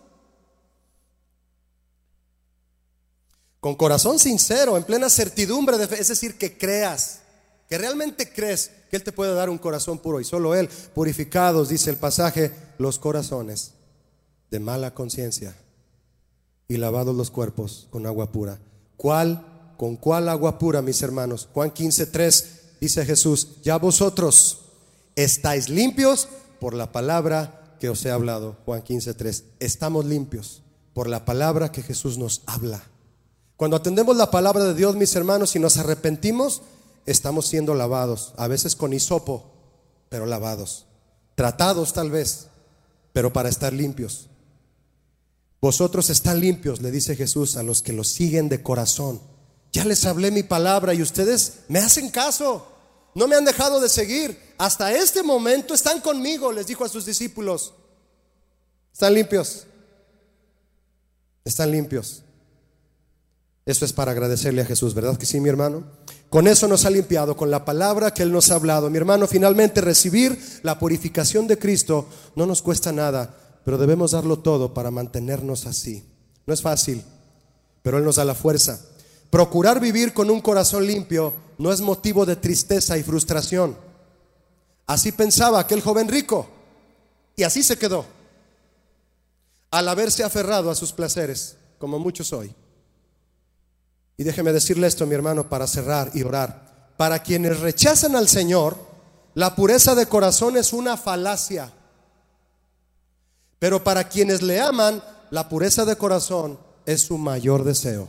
Speaker 1: Con corazón sincero, en plena certidumbre de fe, es decir, que creas, que realmente crees que Él te puede dar un corazón puro, y solo Él. Purificados, dice el pasaje, los corazones de mala conciencia, y lavados los cuerpos con agua pura. ¿Cuál? ¿Con cuál agua pura, mis hermanos? Juan quince tres dice Jesús: ya vosotros estáis limpios por la palabra que os he hablado. Juan quince tres. Estamos limpios por la palabra que Jesús nos habla. Cuando atendemos la palabra de Dios, mis hermanos, y nos arrepentimos, estamos siendo lavados, a veces con hisopo, pero lavados, tratados tal vez, pero para estar limpios. Vosotros están limpios, le dice Jesús a los que los siguen de corazón. Ya les hablé mi palabra y ustedes me hacen caso, no me han dejado de seguir. Hasta este momento están conmigo, les dijo a sus discípulos. Están limpios, están limpios. Eso es para agradecerle a Jesús, ¿verdad que sí, mi hermano? Con eso nos ha limpiado, con la palabra que Él nos ha hablado. Mi hermano, finalmente recibir la purificación de Cristo no nos cuesta nada, pero debemos darlo todo para mantenernos así. No es fácil, pero Él nos da la fuerza. Procurar vivir con un corazón limpio no es motivo de tristeza y frustración. Así pensaba aquel joven rico, y así se quedó, al haberse aferrado a sus placeres, como muchos hoy. Y déjeme decirle esto, mi hermano, para cerrar y orar. Para quienes rechazan al Señor, la pureza de corazón es una falacia. Pero para quienes le aman, la pureza de corazón es su mayor deseo.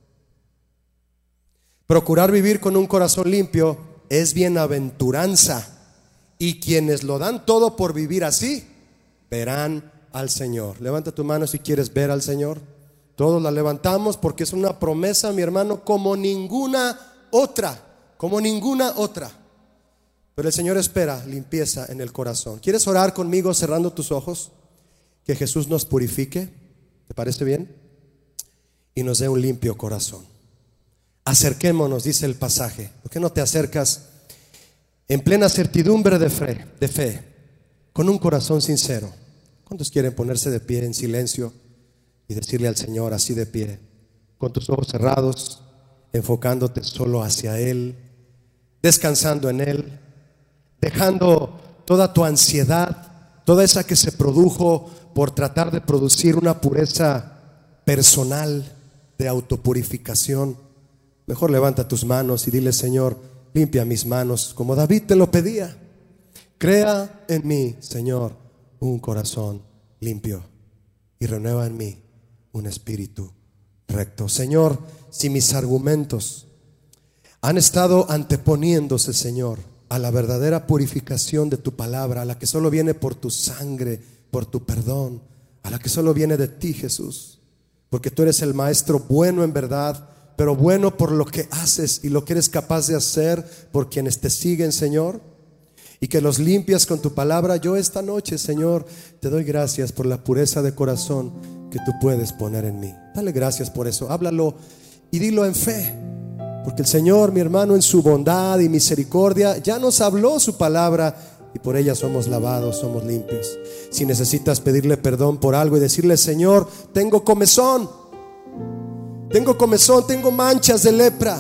Speaker 1: Procurar vivir con un corazón limpio es bienaventuranza, y quienes lo dan todo por vivir así, verán al Señor. Levanta tu mano si quieres ver al Señor. Todos la levantamos porque es una promesa, mi hermano, como ninguna otra, como ninguna otra. Pero el Señor espera limpieza en el corazón. ¿Quieres orar conmigo cerrando tus ojos? Que Jesús nos purifique, ¿te parece bien? Y nos dé un limpio corazón. Acerquémonos, dice el pasaje. ¿Por qué no te acercas en plena certidumbre de fe, de fe, con un corazón sincero? ¿Cuántos quieren ponerse de pie en silencio y decirle al Señor así de pie, con tus ojos cerrados, enfocándote solo hacia Él, descansando en Él, dejando toda tu ansiedad, toda esa que se produjo por tratar de producir una pureza personal de autopurificación? Mejor levanta tus manos y dile: Señor, limpia mis manos como David te lo pedía. Crea en mí, Señor, un corazón limpio, y renueva en mí un espíritu recto. Señor, si mis argumentos han estado anteponiéndose, Señor, a la verdadera purificación de tu palabra, a la que solo viene por tu sangre, por tu perdón, a la que solo viene de ti, Jesús, porque tú eres el maestro bueno en verdad, pero bueno por lo que haces y lo que eres capaz de hacer por quienes te siguen, Señor, y que los limpias con tu palabra. Yo esta noche, Señor, te doy gracias por la pureza de corazón que tú puedes poner en mí. Dale gracias por eso, háblalo y dilo en fe, porque el Señor, mi hermano, en su bondad y misericordia ya nos habló su palabra, y por ella somos lavados, somos limpios. Si necesitas pedirle perdón por algo y decirle: Señor, tengo comezón, tengo comezón, tengo manchas de lepra,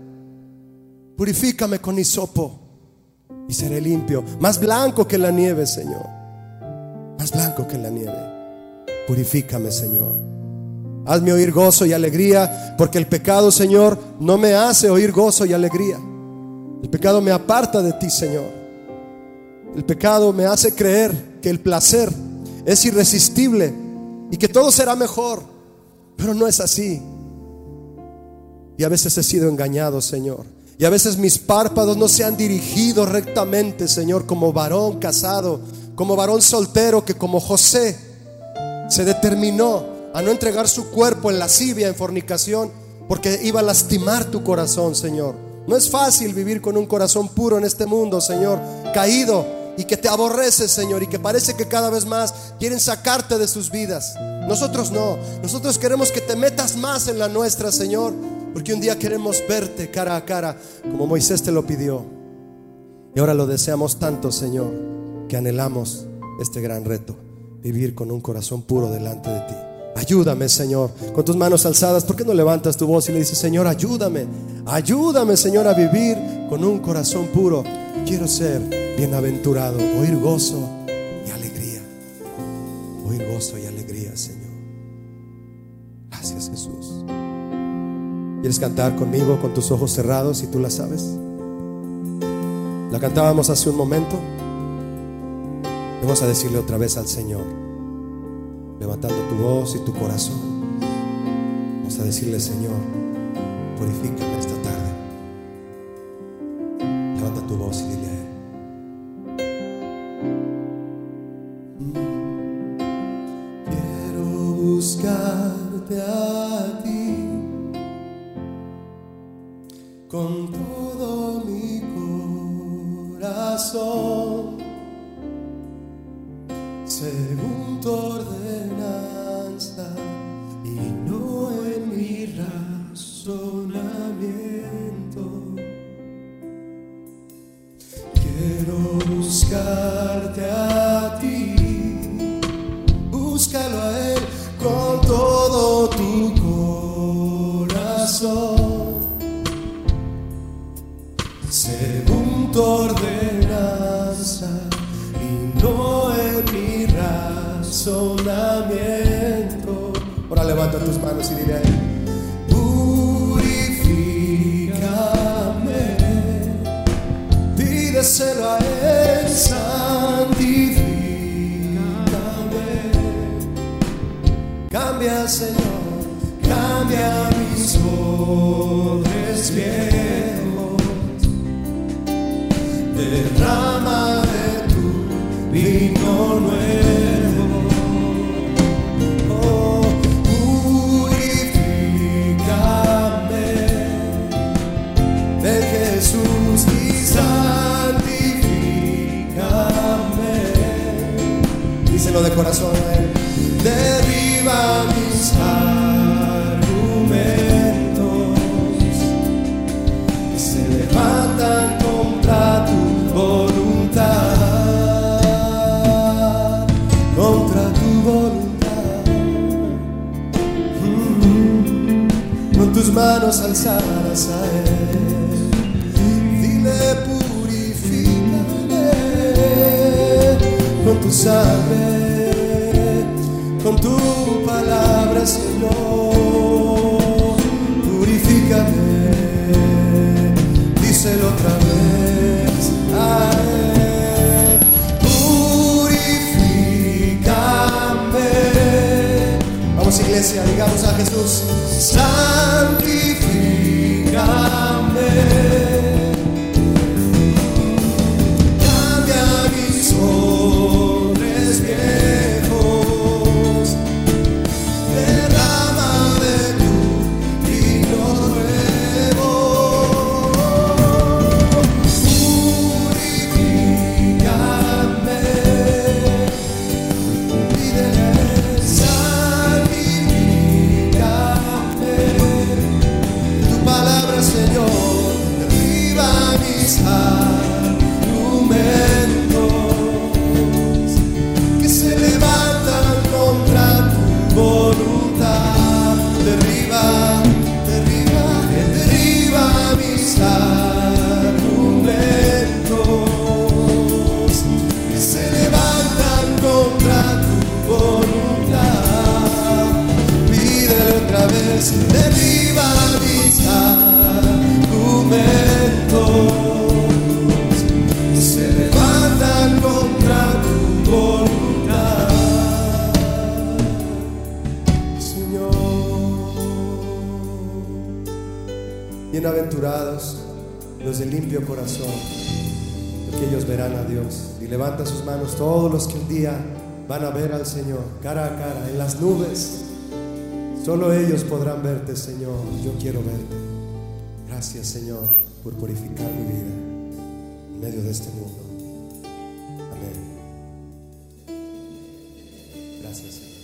Speaker 1: purifícame con hisopo y seré limpio, más blanco que la nieve, Señor, más blanco que la nieve. Purifícame, Señor. Hazme oír gozo y alegría, porque el pecado, Señor, no me hace oír gozo y alegría. El pecado me aparta de ti, Señor. El pecado me hace creer que el placer es irresistible y que todo será mejor, pero no es así. Y a veces he sido engañado, Señor. Y a veces mis párpados no se han dirigido rectamente, Señor, como varón casado, como varón soltero, que como José se determinó a no entregar su cuerpo en lascivia, en fornicación, porque iba a lastimar tu corazón, Señor. No es fácil vivir con un corazón puro en este mundo, Señor, caído y que te aborrece, Señor, y que parece que cada vez más quieren sacarte de sus vidas. Nosotros no, nosotros queremos que te metas más en la nuestra, Señor, porque un día queremos verte cara a cara, como Moisés te lo pidió. Y ahora lo deseamos tanto, Señor, que anhelamos este gran reto: vivir con un corazón puro delante de ti. Ayúdame, Señor, con tus manos alzadas. ¿Por qué no levantas tu voz y le dices: Señor, ayúdame, ayúdame, Señor, a vivir con un corazón puro? Quiero ser bienaventurado, oír gozo y alegría, oír gozo y alegría, Señor. Gracias, Jesús. ¿Quieres cantar conmigo con tus ojos cerrados, si tú la sabes? La cantábamos hace un momento. Vamos a decirle otra vez al Señor, levantando tu voz y tu corazón. Vamos a decirle: Señor, purifícame esta tarde. Levanta tu voz y dile a Él. Quiero buscarte a ti con todo mi corazón, según tu ordenanza y no en mi razonamiento. Quiero buscarte a ti, búscalo a Él con todo tu corazón, según tu ordenanza y no en mi razonamiento. Ahora levanta tus manos y dile a Él: purifícame. Pídeselo a Él: santifícame. Cambia, Señor, cambia mis odres viejos. Derrama de tu vino nuevo. Oh, purifícame, ven Jesús, y santifícame. Díselo de corazón a Él. Derriba mis argumentos que se levantan contra tu voluntad, contra tu voluntad. Mm-hmm. Con tus manos alzadas a Él, dile: purifícame con tu sangre, con tu palabra, Señor. Purifícame, díselo otra vez a Él. Purifícame. Vamos, iglesia, digamos a Jesús: santifícame. Cambia mis odres viejos. Derrama de tu vino nuevo. Purifícame. Pídele: santifícame. Bienaventurados los de limpio corazón, porque ellos verán a Dios. Y levanta sus manos todos los que un día van a ver al Señor cara a cara en las nubes. Solo ellos podrán verte, Señor. Yo quiero verte. Gracias, Señor, por purificar mi vida en medio de este mundo. Amén. Gracias, Señor.